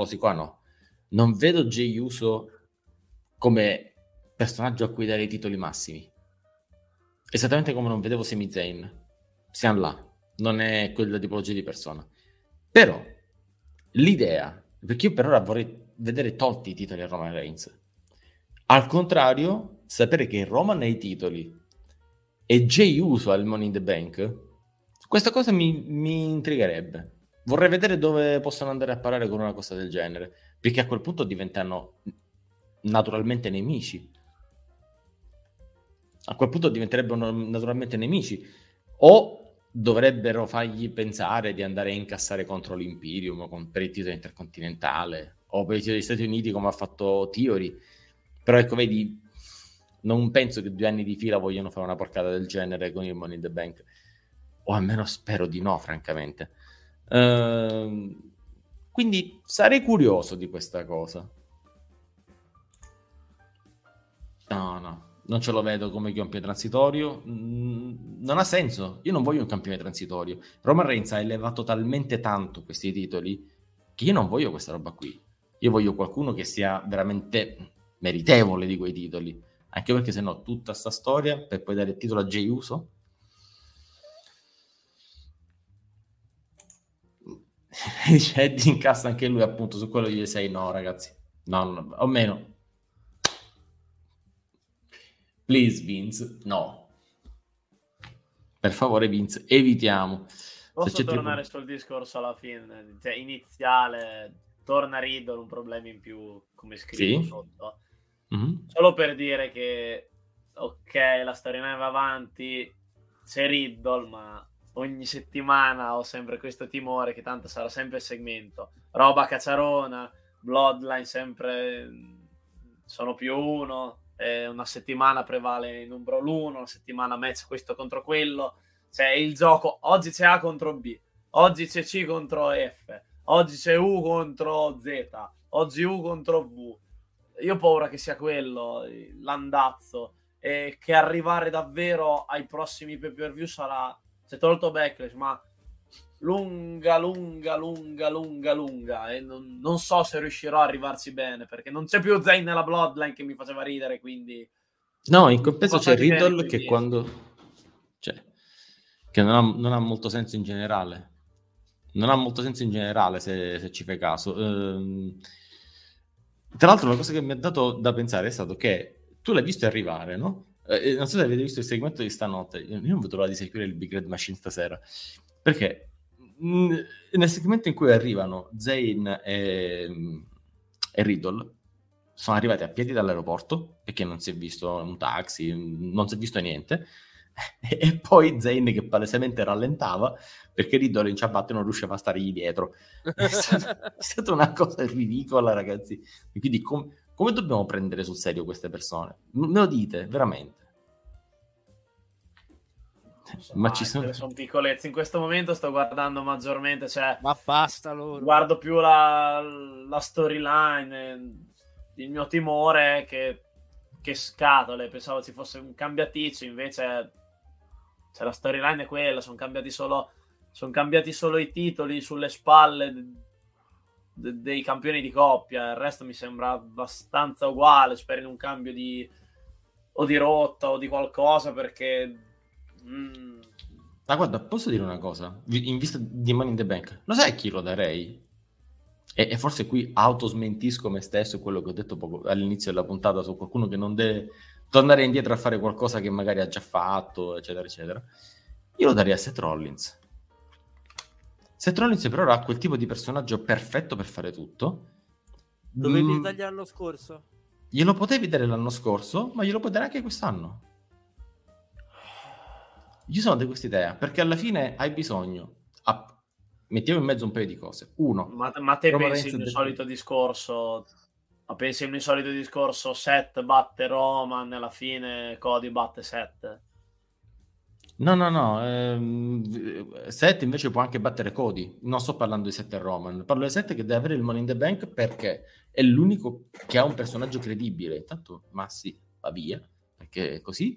Jey Uso come personaggio a cui dare i titoli massimi, esattamente come non vedevo Sami Zayn. Siamo là, non è quella tipologia di persona, però l'idea, perché io per ora vorrei vedere tolti i titoli a Roman Reigns, al contrario sapere che Roman ha i titoli e Jey Uso al Money in the Bank, questa cosa mi intrigherebbe. Vorrei vedere dove possono andare a parare con una cosa del genere, perché a quel punto diventano naturalmente nemici. A quel punto diventerebbero naturalmente nemici, o dovrebbero fargli pensare di andare a incassare contro l'Imperium per il titolo intercontinentale o per il titolo degli Stati Uniti, come ha fatto Theory. Però ecco, vedi, non penso che 2 anni di fila vogliono fare una porcata del genere con il Money in the Bank, o almeno spero di no, francamente. Quindi sarei curioso di questa cosa. No, non ce lo vedo come campione transitorio. Non ha senso. Io non voglio un campione transitorio. Roman Reigns ha elevato talmente tanto questi titoli che io non voglio questa roba qui. Io voglio qualcuno che sia veramente meritevole di quei titoli, anche perché se no tutta sta storia per poi dare il titolo a Jey Uso. Dice Eddie incassa anche lui, appunto, su quello gli sei no ragazzi, no, o meno, please Vince, no, per favore Vince, evitiamo. Posso tornare sul discorso alla fine, cioè iniziale, torna Riddle, un problema in più come scritto, sì, sotto. Mm-hmm. Solo per dire che ok, la storia va avanti, c'è Riddle, ma ogni settimana ho sempre questo timore che tanto sarà sempre il segmento, roba cacciarona, Bloodline sempre sono più uno, una settimana prevale in un brawl 1, una settimana match questo contro quello, c'è il gioco, oggi c'è A contro B, oggi c'è C contro F, oggi c'è U contro Z, oggi U contro V. Io ho paura che sia quello l'andazzo, e che arrivare davvero ai prossimi pay-per-view sarà, c'è tolto Backlash, ma lunga, e non so se riuscirò a arrivarci bene, perché non c'è più Zayn nella Bloodline che mi faceva ridere, quindi no, in compenso c'è Riddle che quando che non ha molto senso in generale, se ci fai caso. Tra l'altro una cosa che mi ha dato da pensare è stato che tu l'hai visto arrivare, no? Non so se avete visto il segmento di stanotte, io non vedo l'ora di seguire il Big Red Machine stasera, perché nel segmento in cui arrivano Zayn e Riddle sono arrivati a piedi dall'aeroporto, perché non si è visto un taxi, non si è visto niente, e poi Zayn che palesemente rallentava perché Riddle in ciabatte non riusciva a stargli dietro. È stata una cosa ridicola, ragazzi. E quindi come dobbiamo prendere sul serio queste persone? Me lo dite, veramente? Ma ci sono piccolezze. In questo momento sto guardando maggiormente, cioè, ma basta loro. Guardo più la storyline. Il mio timore è che scatole. Pensavo ci fosse un cambiaticcio, invece la storyline è quella. Sono cambiati solo i titoli sulle spalle dei campioni di coppia. Il resto mi sembra abbastanza uguale. Spero in un cambio di rotta o di qualcosa, perché Ma guarda, posso dire una cosa? In vista di Money in the Bank, lo sai a chi lo darei? E forse qui autosmentisco me stesso quello che ho detto all'inizio della puntata su qualcuno che non deve tornare indietro a fare qualcosa che magari ha già fatto, eccetera, eccetera. Io lo darei a Seth Rollins. Seth Rollins però ha quel tipo di personaggio perfetto per fare tutto. Dovevi dargli l'anno scorso? Glielo potevi dare l'anno scorso, ma glielo puoi dare anche quest'anno. Io sono di questa idea, perché alla fine hai bisogno. Mettiamo in mezzo un paio di cose. Uno, ma te Roman pensi Reigns il mio solito discorso? Ma pensi il mio solito discorso? Seth batte Roman, alla fine Cody batte Seth? No. Seth invece può anche battere Cody. Non sto parlando di Seth e Roman. Parlo di Seth che deve avere il Money in the Bank perché è l'unico che ha un personaggio credibile. Intanto Massi va via, perché è così.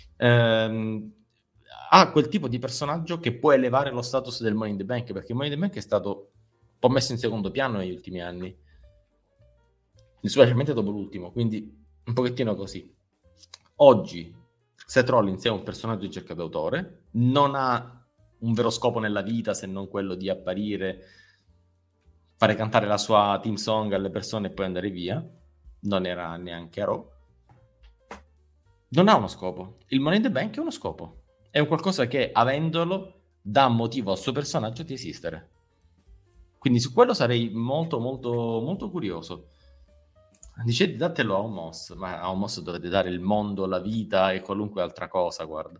Ha quel tipo di personaggio che può elevare lo status del Money in the Bank, perché il Money in the Bank è stato un po' messo in secondo piano negli ultimi anni, specialmente dopo l'ultimo, quindi un pochettino così. Oggi Seth Rollins è un personaggio di cerca d'autore, non ha un vero scopo nella vita se non quello di apparire, fare cantare la sua team song alle persone e poi andare via. Non era neanche a Raw. Non ha uno scopo. Il Money in the Bank è uno scopo. È un qualcosa che, avendolo, dà motivo al suo personaggio di esistere. Quindi su quello sarei molto, molto, molto curioso. Dice, datelo a Omos, ma a Omos dovete dare il mondo, la vita e qualunque altra cosa, guarda.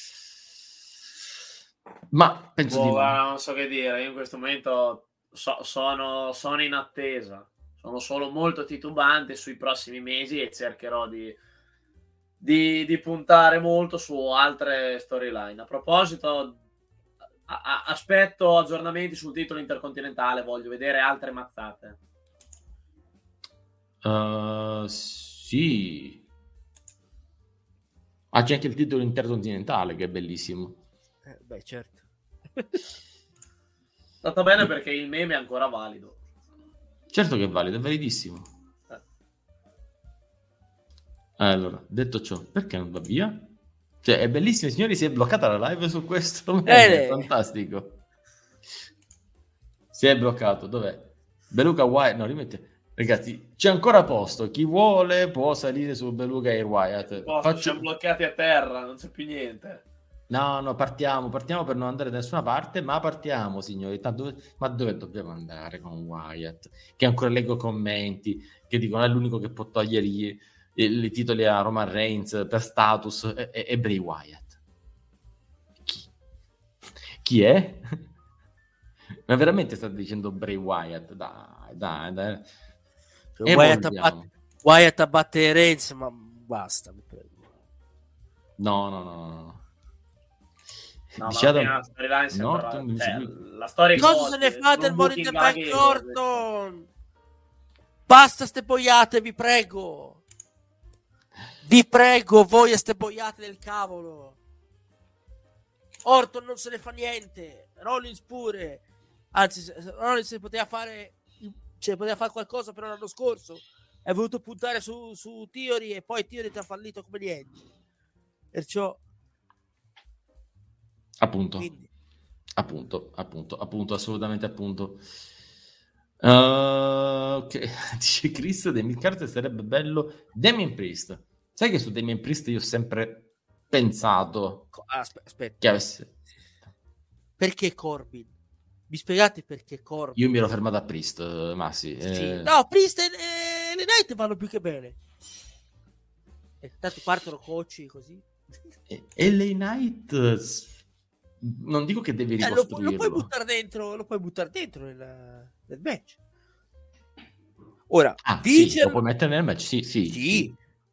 Ma penso di no. Non so che dire, io in questo momento sono in attesa. Sono solo molto titubante sui prossimi mesi e cercherò di puntare molto su altre storyline. A proposito, aspetto aggiornamenti sul titolo intercontinentale, voglio vedere altre mazzate. Sì. C'è anche il titolo intercontinentale che è bellissimo. Beh, certo. È stato bene perché il meme è ancora valido. Certo che è valido, è validissimo. Allora, detto ciò, perché non va via? Cioè, è bellissimo, signori, si è bloccata la live su questo. È fantastico. Si è bloccato, dov'è? Beluga Wyatt, no, rimette. Ragazzi, c'è ancora posto, chi vuole può salire su Beluga e Wyatt. Siamo bloccati a terra, non c'è più niente. No, partiamo per non andare da nessuna parte, ma partiamo, signori. Ma dove dobbiamo andare con Wyatt? Che ancora leggo commenti che dicono è l'unico che può togliere i titoli a Roman Reigns per status, è Bray Wyatt. Chi è? Ma veramente state dicendo Bray Wyatt? Dai. Wyatt abbatte Reigns, ma basta, mi prego. No. Diciamo, la storia cosa se ne fa del Money in the Bank Orton? Basta ste boiate, vi prego, voi ste boiate del cavolo. Orton non se ne fa niente, Rollins pure, anzi Rollins poteva fare qualcosa però l'anno scorso è voluto puntare su Theory e poi Theory ti ha fallito come niente, perciò appunto, assolutamente appunto. Okay. Dice Chris, Damien Carter sarebbe bello. Damien Priest, sai che su Damien Priest io ho sempre pensato aspetta, che avesse... Perché Corbin? Mi spiegate perché Corbin? Io mi ero fermato a Priest, Massi. Sì. No, Priest e le Knight vanno più che bene. E tanto partono coach così. E le Knight non dico che devi ricostruirlo. Lo puoi buttare dentro nel match. Ora, sì, lo puoi mettere nel match, sì.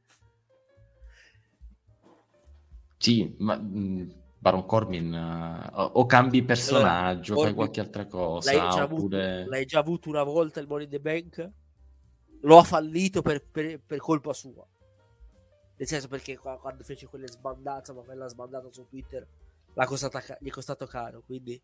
Sì, ma Baron Corbin o cambi personaggio, allora, fai qualche altra cosa. L'hai già avuto una volta il Money in the Bank? Lo ha fallito per colpa sua. Nel senso, perché quando fece quella sbandata su Twitter gli è costato caro, quindi...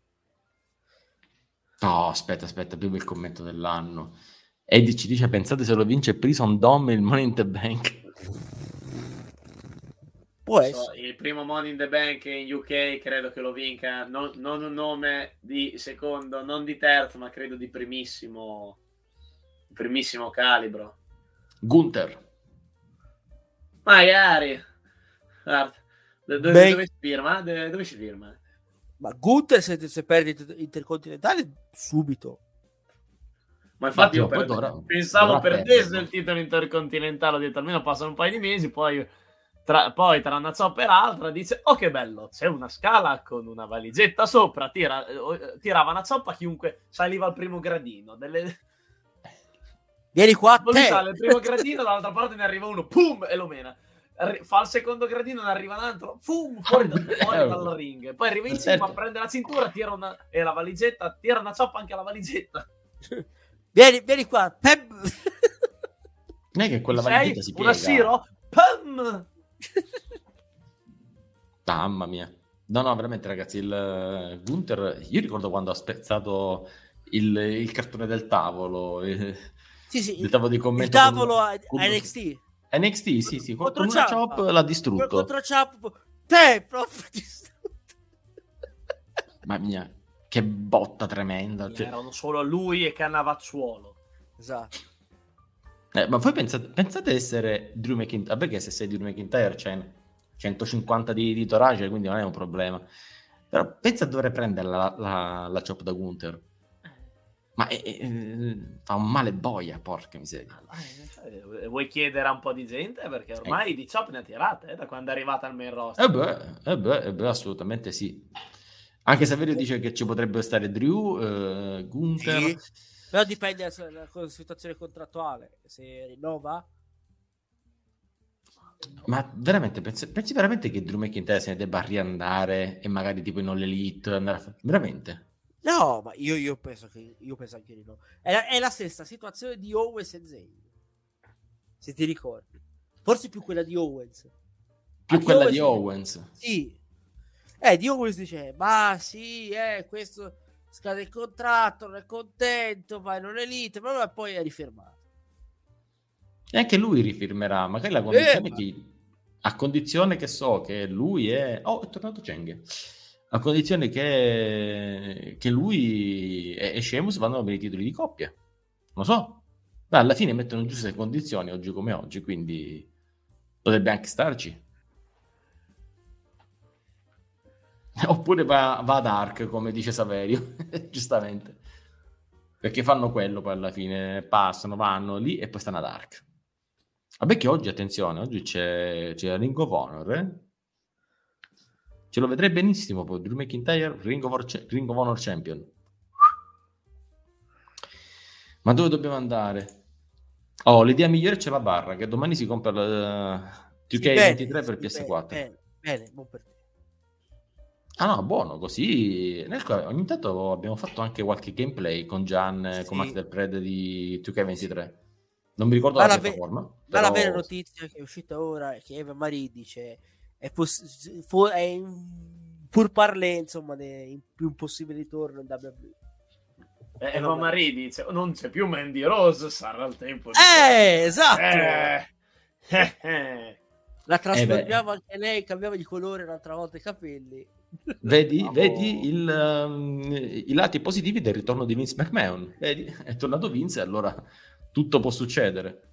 No, aspetta, più il commento dell'anno. Eddie ci dice, pensate se lo vince Prison Dom il Money in the Bank. Può essere. Il primo Money in the Bank in UK credo che lo vinca non un nome di secondo, non di terzo, ma credo di primissimo calibro. Gunther. Magari. Guarda, dove si firma? Dove si firma? Ma Gunther se perde intercontinentale subito. Ma infatti io pensavo perdesse il titolo intercontinentale, ho detto almeno passano un paio di mesi, poi tra una zoppa e l'altra dice oh che bello, c'è una scala con una valigetta sopra, tirava una zoppa, chiunque saliva al primo gradino. Vieni qua, sale il primo gradino, dall'altra parte ne arriva uno, pum, e lo mena. Fa il secondo gradino, ne arriva un altro, fuori dal ring, poi arriva in cima, prende la cintura, tira e la valigetta, tira una zoppa anche alla valigetta. Vieni qua, Pem. Non è che quella valigetta si piega. Una Siro, Pem. Mamma mia. No, veramente ragazzi, il Gunther, io ricordo quando ha spezzato il cartone del tavolo, sì, il tavolo di commento. Il tavolo a NXT. NXT, sì, con una chop l'ha distrutto. Contro chop, te proprio distrutto. Mamma mia, che botta tremenda. Erano solo lui e Cannavacciuolo. Esatto. Ma voi pensate essere Drew McIntyre? Perché se sei Drew McIntyre c'è 150 di torace, quindi non è un problema. Però pensa a dover prendere la chop da Gunther. Ma fa un male boia, porca miseria. Vuoi chiedere a un po' di gente? Perché ormai di chop ne ha tirate da quando è arrivata al main roster. Assolutamente sì. Anche Saverio dice che ci potrebbe stare Drew, Gunther. Sì, però dipende dalla situazione contrattuale. Se rinnova. Ma veramente, pensi veramente che Drew McIntyre se ne debba riandare e magari tipo in All Elite? Veramente? No, ma io penso anche di no. È la stessa situazione di Owens e Zayn. Se ti ricordi. Forse più quella di Owens. Di Owens? Sì. Di Owens dice, ma sì, questo scade il contratto, non è contento, vai non Elite, ma poi è rifermato. E anche lui rifirmerà, magari la condizione a condizione che so che lui è tornato Cheng. A condizione che lui e Sheamus vanno per i titoli di coppia. Non lo so. Ma alla fine mettono giuste condizioni oggi come oggi, quindi potrebbe anche starci. Oppure va ad Dark, come dice Saverio, giustamente. Perché fanno quello poi alla fine, passano, vanno lì e poi stanno ad Dark. Vabbè che oggi, attenzione, oggi c'è Ring of Honor, Ce lo vedrei benissimo poi Drew McIntyre, Ring of Honor Champion. Ma dove dobbiamo andare? L'idea migliore c'è la barra, che domani si compra la 2K23 per PS4. Bene, buon per te. Ah no, buono, così ogni tanto abbiamo fatto anche qualche gameplay con Gian, con Master Pred di 2K23. Non mi ricordo la piattaforma. Ma la vera notizia che è uscita ora è che Eva Marie dice è pur parlé, insomma, di un possibile ritorno in WWE. Eva Marie dice non c'è più Mandy Rose, sarà il tempo di... esatto. La trasformiamo anche lei, cambiava di colore l'altra volta i capelli. Vedi i lati positivi del ritorno di Vince McMahon. Vedi, è tornato Vince e allora tutto può succedere.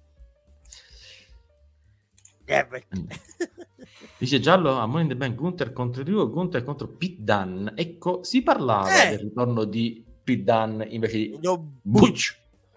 Dice Giallo a Money in the Bank Gunther contro Drew, Gunther contro Pete Dunne. Ecco, si parlava del ritorno di Pete Dunne invece di Butch.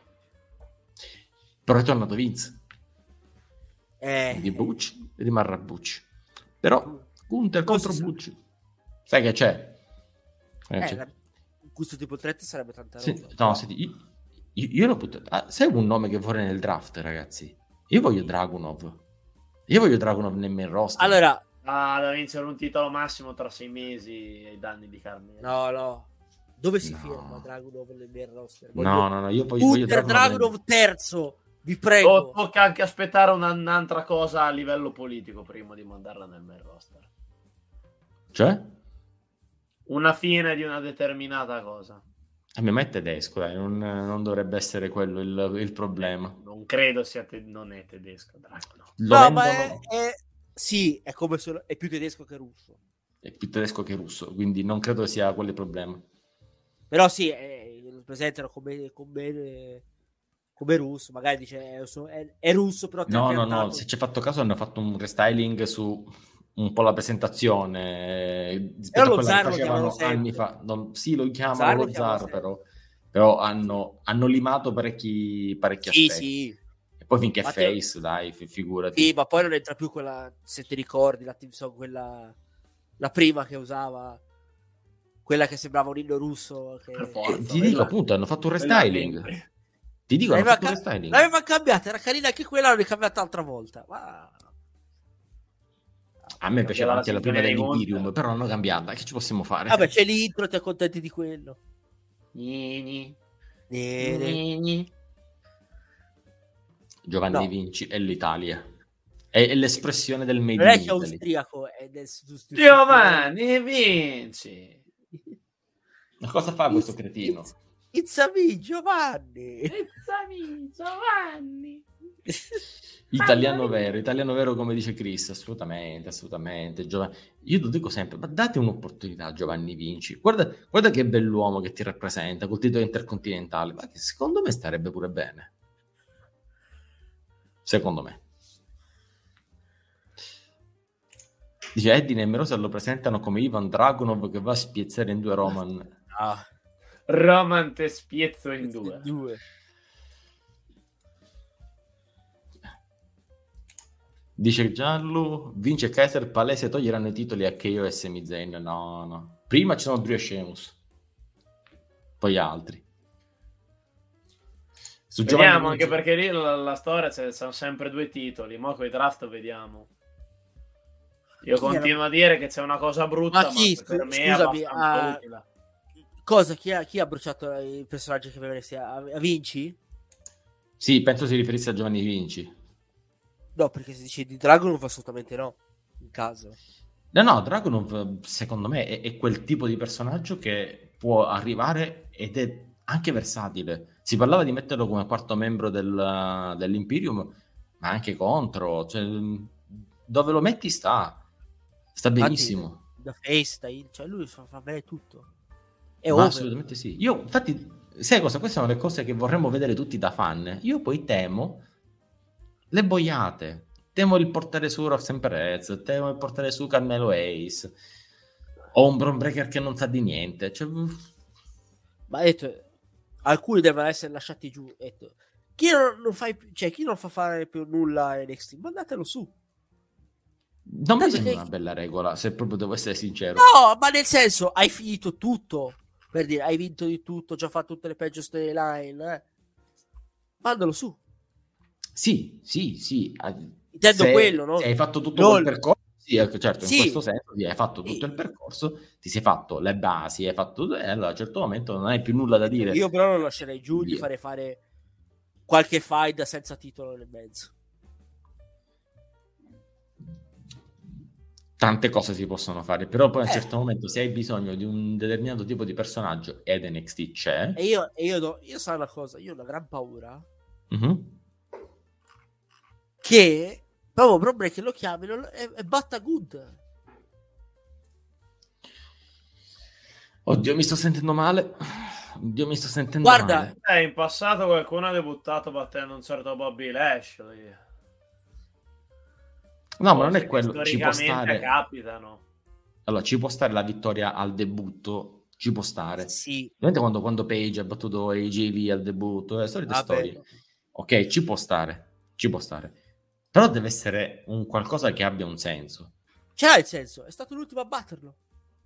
Però è tornato Vince. Di Butch rimarrà Butch. Però Gunther contro Butch. Sai che c'è? Questo tipo 3 sarebbe tanta roba. Sì, no, senti, io lo butto. Sai un nome che vorrei nel draft, ragazzi? Io voglio Dragunov. Nel main roster. Allora, da vincere un titolo massimo tra 6 mesi ai danni di Carmelo. No. Dove si firma Dragunov nel main roster? No, io voglio Dragunov terzo. Vi prego. Tocca anche aspettare un'altra cosa a livello politico prima di mandarla nel main roster. Cioè? Una fine di una determinata cosa. Ma è tedesco, dai, non dovrebbe essere quello il problema. Non credo sia non è tedesco, Dragunov. No, ma Sì, è come è più tedesco che russo. È più tedesco che russo, quindi non credo sia quello il problema. Però sì, lo presentano come russo, magari dice è russo, però No, trapiantato. se ci hai fatto caso hanno fatto un restyling su un po' la presentazione Però rispetto a lo quella che zar lo chiamano facevano anni sempre. fa. Sì, lo chiamano Zar lo lo chiamano zar, sempre. però hanno limato parecchi Sì, aspetti. sì. E poi finché è Matteo... face, dai, figurati. Sì, ma poi non entra più quella, se ti ricordi, la team song, quella, la prima che usava, quella che sembrava un inno russo. Che... Per forza, Ti dico appunto, hanno fatto un restyling. Ti dico, hanno fatto un restyling. L'aveva cambiata, era carina anche quella, l'hanno cambiata l'altra volta. Ma... A me piaceva anche la prima sintonia di dell'Imperium, Gonza. però l'hanno cambiata. Che ci possiamo fare? Vabbè, c'è l'intro, ti accontenti di quello. Giovanni No. Vinci è l'Italia. È l'espressione del made Non è in che è Italy. austriaco, è del Giovanni Vinci. Ma cosa fa questo cretino? It's a me, Giovanni. Giovanni. Italiano vero come dice Chris, assolutamente. Io lo dico sempre, ma date un'opportunità a Giovanni Vinci. Guarda che bell'uomo che ti rappresenta col titolo intercontinentale, ma che secondo me starebbe pure bene. Secondo me. Dice Eddie nemmeno se lo presentano come Ivan Dragunov che va a spiezzare in 2 Roman. Ah. Roman te spiezzo in 2. Dice Gianlu, Vince e Kaiser palese toglieranno i titoli a KO e Sami Zayn. No. Prima ci sono Drew e Sheamus, poi altri. Vediamo, anche perché lì la storia sono sempre 2 titoli. Mo' con i draft vediamo. Io continuo a dire che c'è una cosa brutta, ma per me è abbastanza utile. Cosa? Chi ha bruciato i personaggi che avresti a Vinci? Sì, penso si riferisse a Giovanni Vinci. No, perché se dici di Dragunov assolutamente no, in caso. No, Dragunov secondo me è quel tipo di personaggio che può arrivare ed è anche versatile. Si parlava di metterlo come quarto membro dell'Imperium, ma anche contro. Cioè, dove lo metti sta benissimo. Da face, cioè lui fa bene tutto. Ma assolutamente sì. Io, infatti, sai cosa? Queste sono le cose che vorremmo vedere tutti da fan. Io poi temo le boiate. Temo il portare su Roxanne Perez, temo il portare su Carmelo Hayes o un Bron Breaker che non sa di niente. Cioè... Ma detto, alcuni devono essere lasciati giù. Detto, chi non fa fare più nulla a NXT, mandatelo su. Non mi sembra una bella regola, se proprio devo essere sincero. No, ma nel senso, hai finito tutto. Per dire, hai vinto di tutto, già fatto tutte le peggio storyline. Mandalo su. Sì. Intendo quello, no? Se hai fatto tutto quel percorso, sì, certo, sì. in questo senso hai fatto tutto il percorso, ti sei fatto le basi, hai fatto tutto, e allora a un certo momento non hai più nulla da dire. Io però lo lascerei giù di fare qualche fight senza titolo nel mezzo. Tante cose si possono fare, però poi a un certo momento se hai bisogno di un determinato tipo di personaggio ed NXT c'è. E io so una cosa, io ho una gran paura che proprio che lo chiamino e batta Good. Oddio, mi sto sentendo male. Guarda, in passato qualcuno ha debuttato battendo un certo Bobby Lashley. No, ma non è quello. Ci può stare. Capitano. Allora, ci può stare la vittoria al debutto. Ci può stare. Sì. Ovviamente quando Page ha battuto AJ Lee al debutto, solite storie. Ok, ci può stare. Però deve essere un qualcosa che abbia un senso. C'è il senso, è stato l'ultimo a batterlo.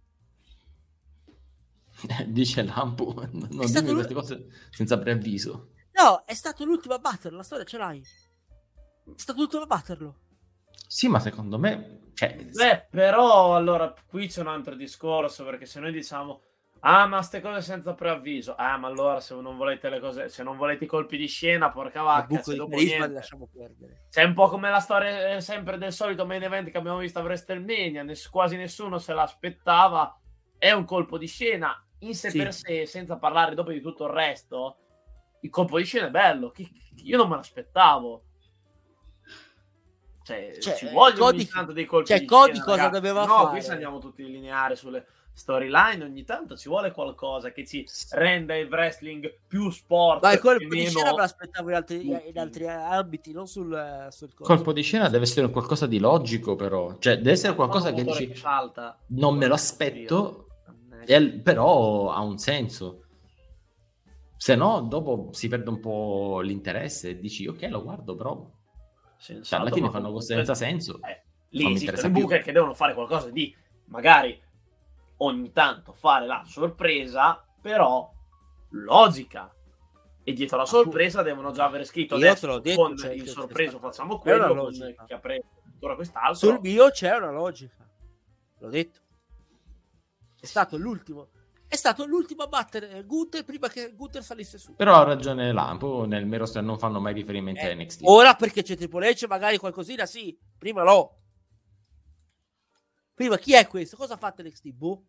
Dice Lampu, non dimmi queste cose senza preavviso. No, è stato l'ultimo a batterlo, la storia ce l'hai. È stato l'ultimo a batterlo. Sì, ma secondo me... però allora qui c'è un altro discorso, perché se noi diciamo ma ste cose senza preavviso, ma allora se non volete le cose, se non volete i colpi di scena, porca vacca, se dopo niente, lasciamo perdere. C'è un po' come la storia sempre del solito main event che abbiamo visto a WrestleMania, quasi nessuno se l'aspettava, è un colpo di scena in sé per sé, senza parlare dopo di tutto il resto. Il colpo di scena è bello, io non me l'aspettavo. Cioè, Cioè, ci vogliono Cody- ogni tanto dei colpi cioè, di Cody scena, cosa ragazzi. doveva No, fare? qui se andiamo tutti lineari sulle storyline, ogni tanto ci vuole qualcosa che ci renda il wrestling più sport Ma il e colpo di meno... scena me l'aspettavo in altri ambiti, non sul Colpo di scena deve essere qualcosa di logico, però. Cioè, deve essere qualcosa che dici, salta. non me lo aspetto, però ha un senso. Se no, dopo si perde un po' l'interesse e dici, ok, lo guardo, però Sensato, alla fine ma fanno comunque- cose senza senso. Lì Non mi esistono interessa i più. booker che devono fare qualcosa di magari ogni tanto fare la sorpresa, però logica. E dietro la sorpresa devono già aver scritto Io te adesso l'ho detto, con cioè, il che sorpreso c'è stata- facciamo è una quello, con logica. chi ha preso ancora quest'altro. Sul mio c'è una logica. L'ho detto. È stato l'ultimo a battere Gunther prima che Gunther salisse su. Però ha ragione Lampo, nel main roster non fanno mai riferimento a NXT. Ora perché c'è Triple H, magari qualcosina sì, prima no. Prima chi è questo? Cosa ha fatto NXT? Boh.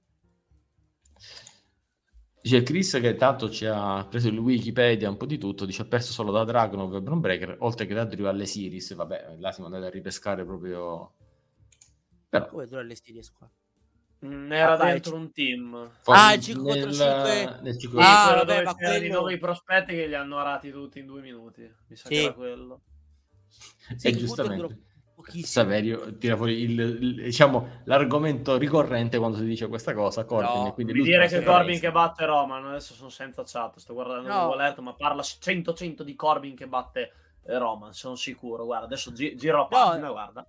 Dice Chris che tanto ci ha preso il Wikipedia un po' di tutto, dice ha perso solo da Dragunov e Bron Breaker, oltre che da Drew alle Series, vabbè, là siamo andati a ripescare proprio... Però... Come dura le series qua? Era Vabbè, dentro un team. Il 5 contro 5. nel 5 Sì, Ah, quello vabbè, dove ma c'erano i quello- nuovi prospetti che li hanno arati tutti in 2 minuti. Mi sa Sì. che era quello. Sì, e che giustamente Gunther durò pochissimo. Saverio tira fuori diciamo, l'argomento ricorrente quando si dice questa cosa, Corbin, No, e quindi Mi l'ultima dire che sera Corbin resa. che batte Roman, adesso sono senza chat, sto guardando No. Google Earth, ma parla 100 di Corbin che batte Roman, sono sicuro. Guarda, adesso giro a pagina, guarda.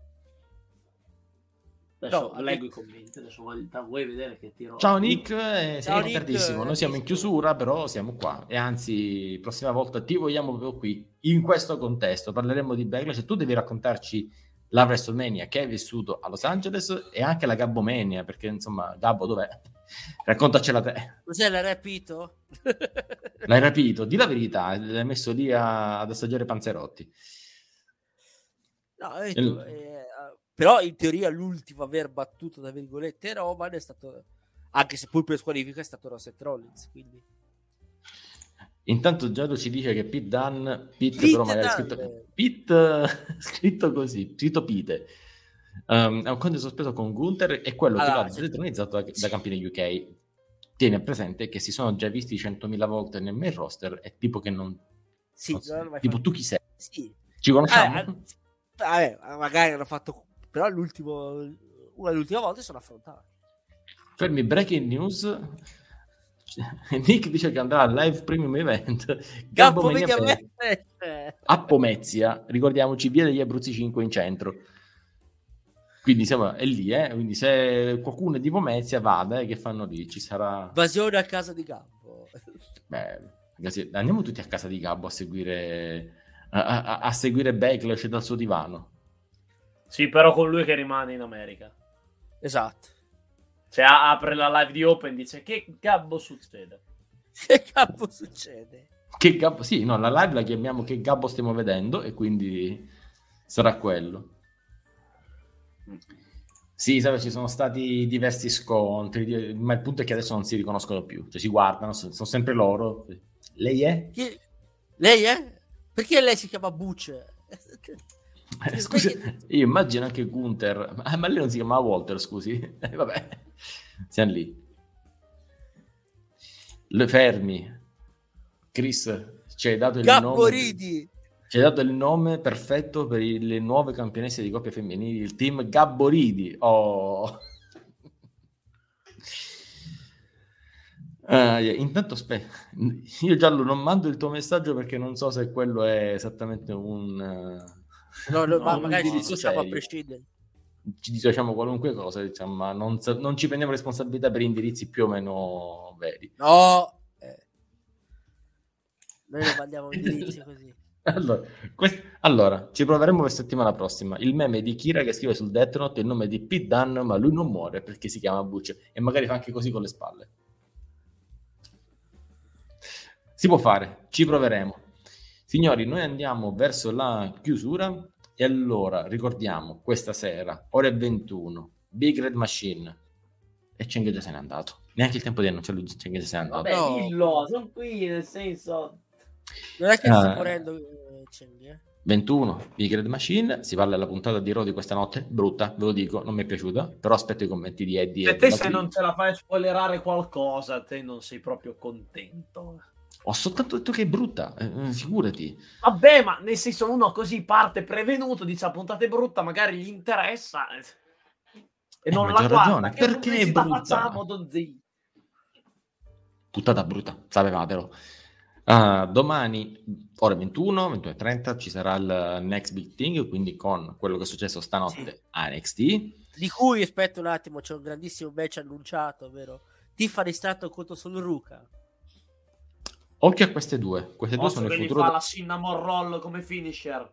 Adesso No, leggo i commenti, adesso vuoi vedere che tiro. Ciao Nick, sei Ciao, ritardissimo, Nick, noi siamo in chiusura, però siamo qua e anzi, prossima volta ti vogliamo proprio qui, in questo contesto, parleremo di Backlash e tu devi raccontarci la WrestleMania che hai vissuto a Los Angeles e anche la Gabbomania, perché insomma, Gabbo dov'è? Raccontacela te. Cos'è, l'hai rapito? L'hai rapito, di la verità, l'hai messo lì ad assaggiare panzerotti. No, ho detto, però in teoria l'ultimo a aver battuto, tra virgolette, Roman è stato, anche se pur per squalifica, è stato Seth Rollins, quindi... Intanto Giado ci dice che Pete Dunne, Pete però magari Dunne. scritto Pete, scritto così, scritto Pete, è un conto sospeso con Gunther e quello che Allora, va detronizzato da campione UK. Tieni presente che si sono già visti 100.000 volte nel main roster e tipo che non... Sì, non so, non l'ho mai tipo fatto. tu chi sei? Sì. Ci conosciamo? Vabbè, magari hanno fatto... Però una dell'ultima volta sono affrontati. Fermi, breaking news. Nick dice che andrà al live premium event Gabbomania a Pomezia, ricordiamoci via degli Abruzzi 5 in centro, quindi siamo, è lì, quindi se qualcuno è di Pomezia vada, che fanno lì, ci sarà invasione a casa di Gabbo. Beh, ragazzi, andiamo tutti a casa di Gabbo a seguire a seguire Backlash dal suo divano. Sì, però con lui che rimane in America. Esatto. Cioè apre la live di Open e dice che Gabbo succede. Che Gabbo succede? Che Gabbo, sì, no, la live la chiamiamo che Gabbo stiamo vedendo e quindi sarà quello. Sì, sai, ci sono stati diversi scontri, ma il punto è che adesso non si riconoscono più, cioè si guardano, sono sempre loro. Lei è? Lei è? Perché lei si chiama Buce? Scusi, io immagino anche Gunther, ma lei non si chiamava Walter, scusi. Vabbè, siamo lì. Le fermi. Chris, ci hai dato il Gabboridi. nome. Ci hai dato il nome perfetto per le nuove campionesse di coppia femminili, il team Gabboridi. Oh. Intanto aspetta, io Giallo non mando il tuo messaggio perché non so se quello è esattamente un ma magari ci indirizzo dissociamo a serio. prescindere. Ci dissociamo qualunque cosa, diciamo, ma non ci prendiamo responsabilità per indirizzi più o meno veri. No, noi non mandiamo indirizzi così. Allora, ci proveremo per settimana prossima. Il meme di Kira che scrive sul Death Note il nome di Pete Dunne, ma lui non muore perché si chiama Butch e magari fa anche così con le spalle. Si può fare, ci proveremo. Signori, noi andiamo verso la chiusura e allora ricordiamo questa sera, ore 21, Big Red Machine e Cheng già se n'è andato. Neanche il tempo di annunciare lui, Cheng già se n'è andato. Vabbè, dillo, sono qui, nel senso... Non è che sta morendo Cheng, 21 Big Red Machine, si parla della puntata di Raw di questa notte, brutta, ve lo dico, non mi è piaciuta, però aspetto i commenti di Eddie. Se te se non ce la fai a spoilerare qualcosa, te non sei proprio contento. Ho soltanto detto che è brutta, figurati. Vabbè, ma nel senso uno così parte prevenuto, dice la puntata è brutta, magari gli interessa e non la guarda. Ragione. Perché è brutta? Facciamo, Donzi? Puntata brutta, sapevatelo. Domani, ore 21, 21:30, ci sarà il Next Big Thing, quindi con quello che è successo stanotte a NXT. Di cui, aspetta un attimo, c'è un grandissimo match annunciato, ovvero Tiffany Stratton contro Sol Ruka. Occhio a queste due sono il futuro. Gli fa la cinnamon roll come finisher.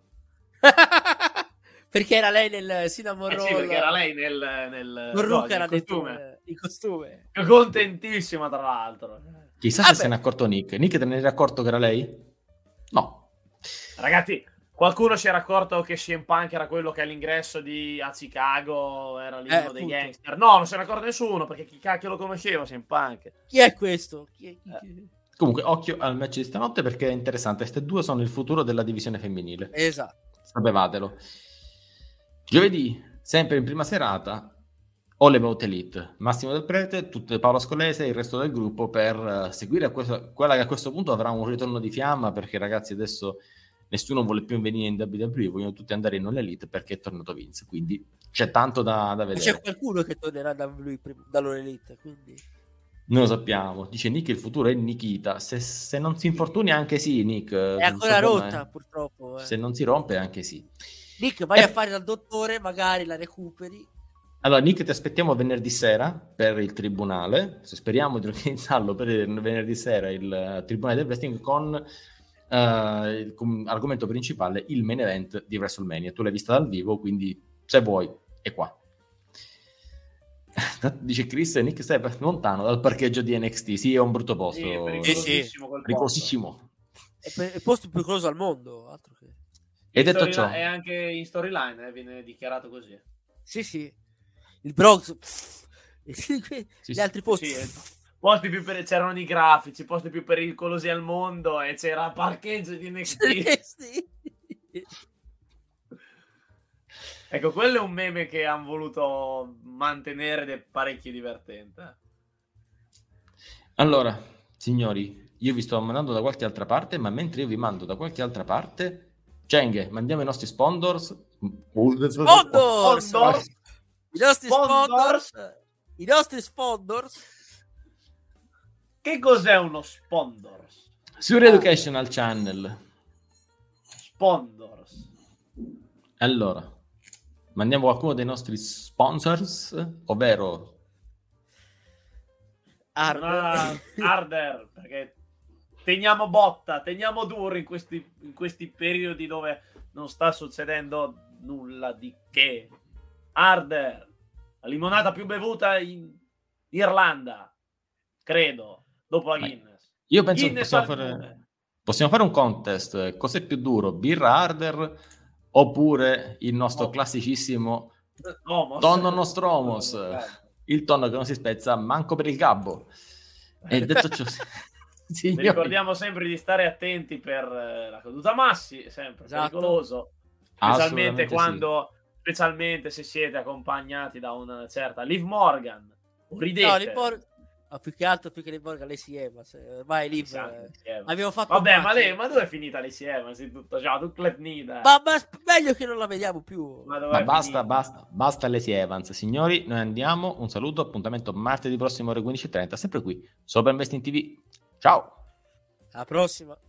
Perché era lei nel cinnamon roll. Sì, perché era lei nel Ruka era costume. Il costume. Contentissima, tra l'altro. Chissà se se ne è accorto Nick. Nick, te ne eri accorto che era lei? No. Ragazzi, qualcuno si era accorto che CM Punk era quello che all'ingresso a Chicago era lì uno dei gangster? No, non se ne è accorto nessuno, perché chi cacchio lo conosceva CM Punk? Chi è questo? Chi? Comunque, occhio al match di stanotte perché è interessante. Queste due sono il futuro della divisione femminile. Esatto. Sapevatelo. Giovedì, sempre in prima serata, All About Elite, Massimo Del Prete, Paolo Scolese e il resto del gruppo per seguire quella che a questo punto avrà un ritorno di fiamma, perché ragazzi adesso nessuno vuole più venire in WWE, vogliono tutti andare in All Elite perché è tornato Vince, quindi c'è tanto da vedere. C'è qualcuno che tornerà da lui dall'All Elite, quindi noi lo sappiamo. Dice Nick il futuro è Nikita, se non si infortuni anche sì, Nick è ancora rotta purtroppo, se non si rompe anche sì. Nick, vai a fare dal dottore, magari la recuperi. Allora, Nick, ti aspettiamo venerdì sera per il tribunale. Speriamo di organizzarlo per il venerdì sera il tribunale del wrestling con argomento principale il main event di WrestleMania. Tu l'hai vista dal vivo, quindi se vuoi è qua. Dice Chris, Nick, stai lontano dal parcheggio di NXT. Sì, è un brutto posto. Pericolosissimo. È il posto più pericoloso al mondo, altro che. E detto ciò, è anche in storyline, viene dichiarato così. Sì. Il Bronx, gli altri posti. Posti più c'erano i grafici, posti più pericolosi al mondo e c'era parcheggio di NXT. Ecco, quello è un meme che hanno voluto mantenere ed è parecchio divertente. Allora, signori, io vi sto mandando da qualche altra parte, ma mentre io vi mando da qualche altra parte, Cenghe, mandiamo i nostri sponsors. I nostri sponsors. Che cos'è uno sponsors? Sur Educational Channel. Sponsors. Allora, mandiamo qualcuno dei nostri sponsors, ovvero Arder, perché teniamo botta, teniamo duro in questi periodi dove non sta succedendo nulla di che. Arder, la limonata più bevuta in Irlanda, credo, dopo la Guinness. Io penso che possiamo fare un contest. Cos'è più duro, birra Arder oppure il nostro classicissimo tonno Nostromos, il tonno che non si spezza manco per il gabbo. E detto ciò, vi ricordiamo sempre di stare attenti per la caduta Massi, sempre pericoloso, specialmente se siete accompagnati da una certa Liv Morgan. Ridete. No, più che altro, più che Liv Morgan, lei si Evans. Ormai Liv abbiamo fatto. Vabbè, ma dove è finita lei si Evans in tutto ciò? Tu Clepnida. Ma meglio che non la vediamo più. Ma basta Lacey Evans, signori. Noi andiamo. Un saluto, appuntamento martedì prossimo ore 15:30, sempre qui sopra Investing TV. Ciao. Alla prossima.